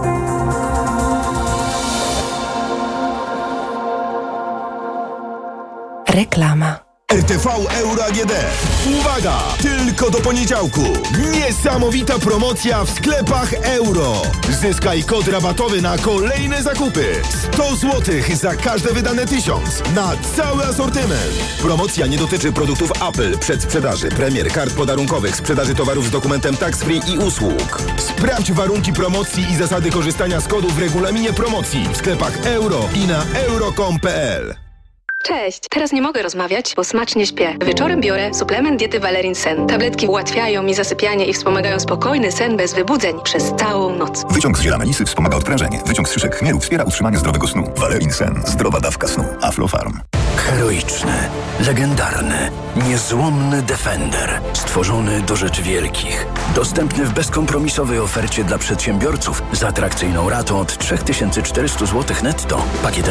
Reklama. R T V Euro A G D. Uwaga! Tylko do poniedziałku. Niesamowita promocja w sklepach Euro. Zyskaj kod rabatowy na kolejne zakupy. sto złotych za każde wydane tysiąc. Na cały asortyment. Promocja nie dotyczy produktów Apple, przedsprzedaży, premier, kart podarunkowych, sprzedaży towarów z dokumentem tax free i usług. Sprawdź warunki promocji i zasady korzystania z kodu w regulaminie promocji w sklepach Euro i na euro kropka com kropka p l. Cześć! Teraz nie mogę rozmawiać, bo smacznie śpię. Wieczorem biorę suplement diety Valerin Sen. Tabletki ułatwiają mi zasypianie i wspomagają spokojny sen bez wybudzeń przez całą noc. Wyciąg z ziela melisy wspomaga odprężenie. Wyciąg z szyszek chmielu wspiera utrzymanie zdrowego snu. Valerin Sen. Zdrowa dawka snu. Aflofarm. Heroiczny, legendarny, niezłomny Defender. Stworzony do rzeczy wielkich. Dostępny w bezkompromisowej ofercie dla przedsiębiorców z atrakcyjną ratą od trzy tysiące czterysta złotych netto. Pakiet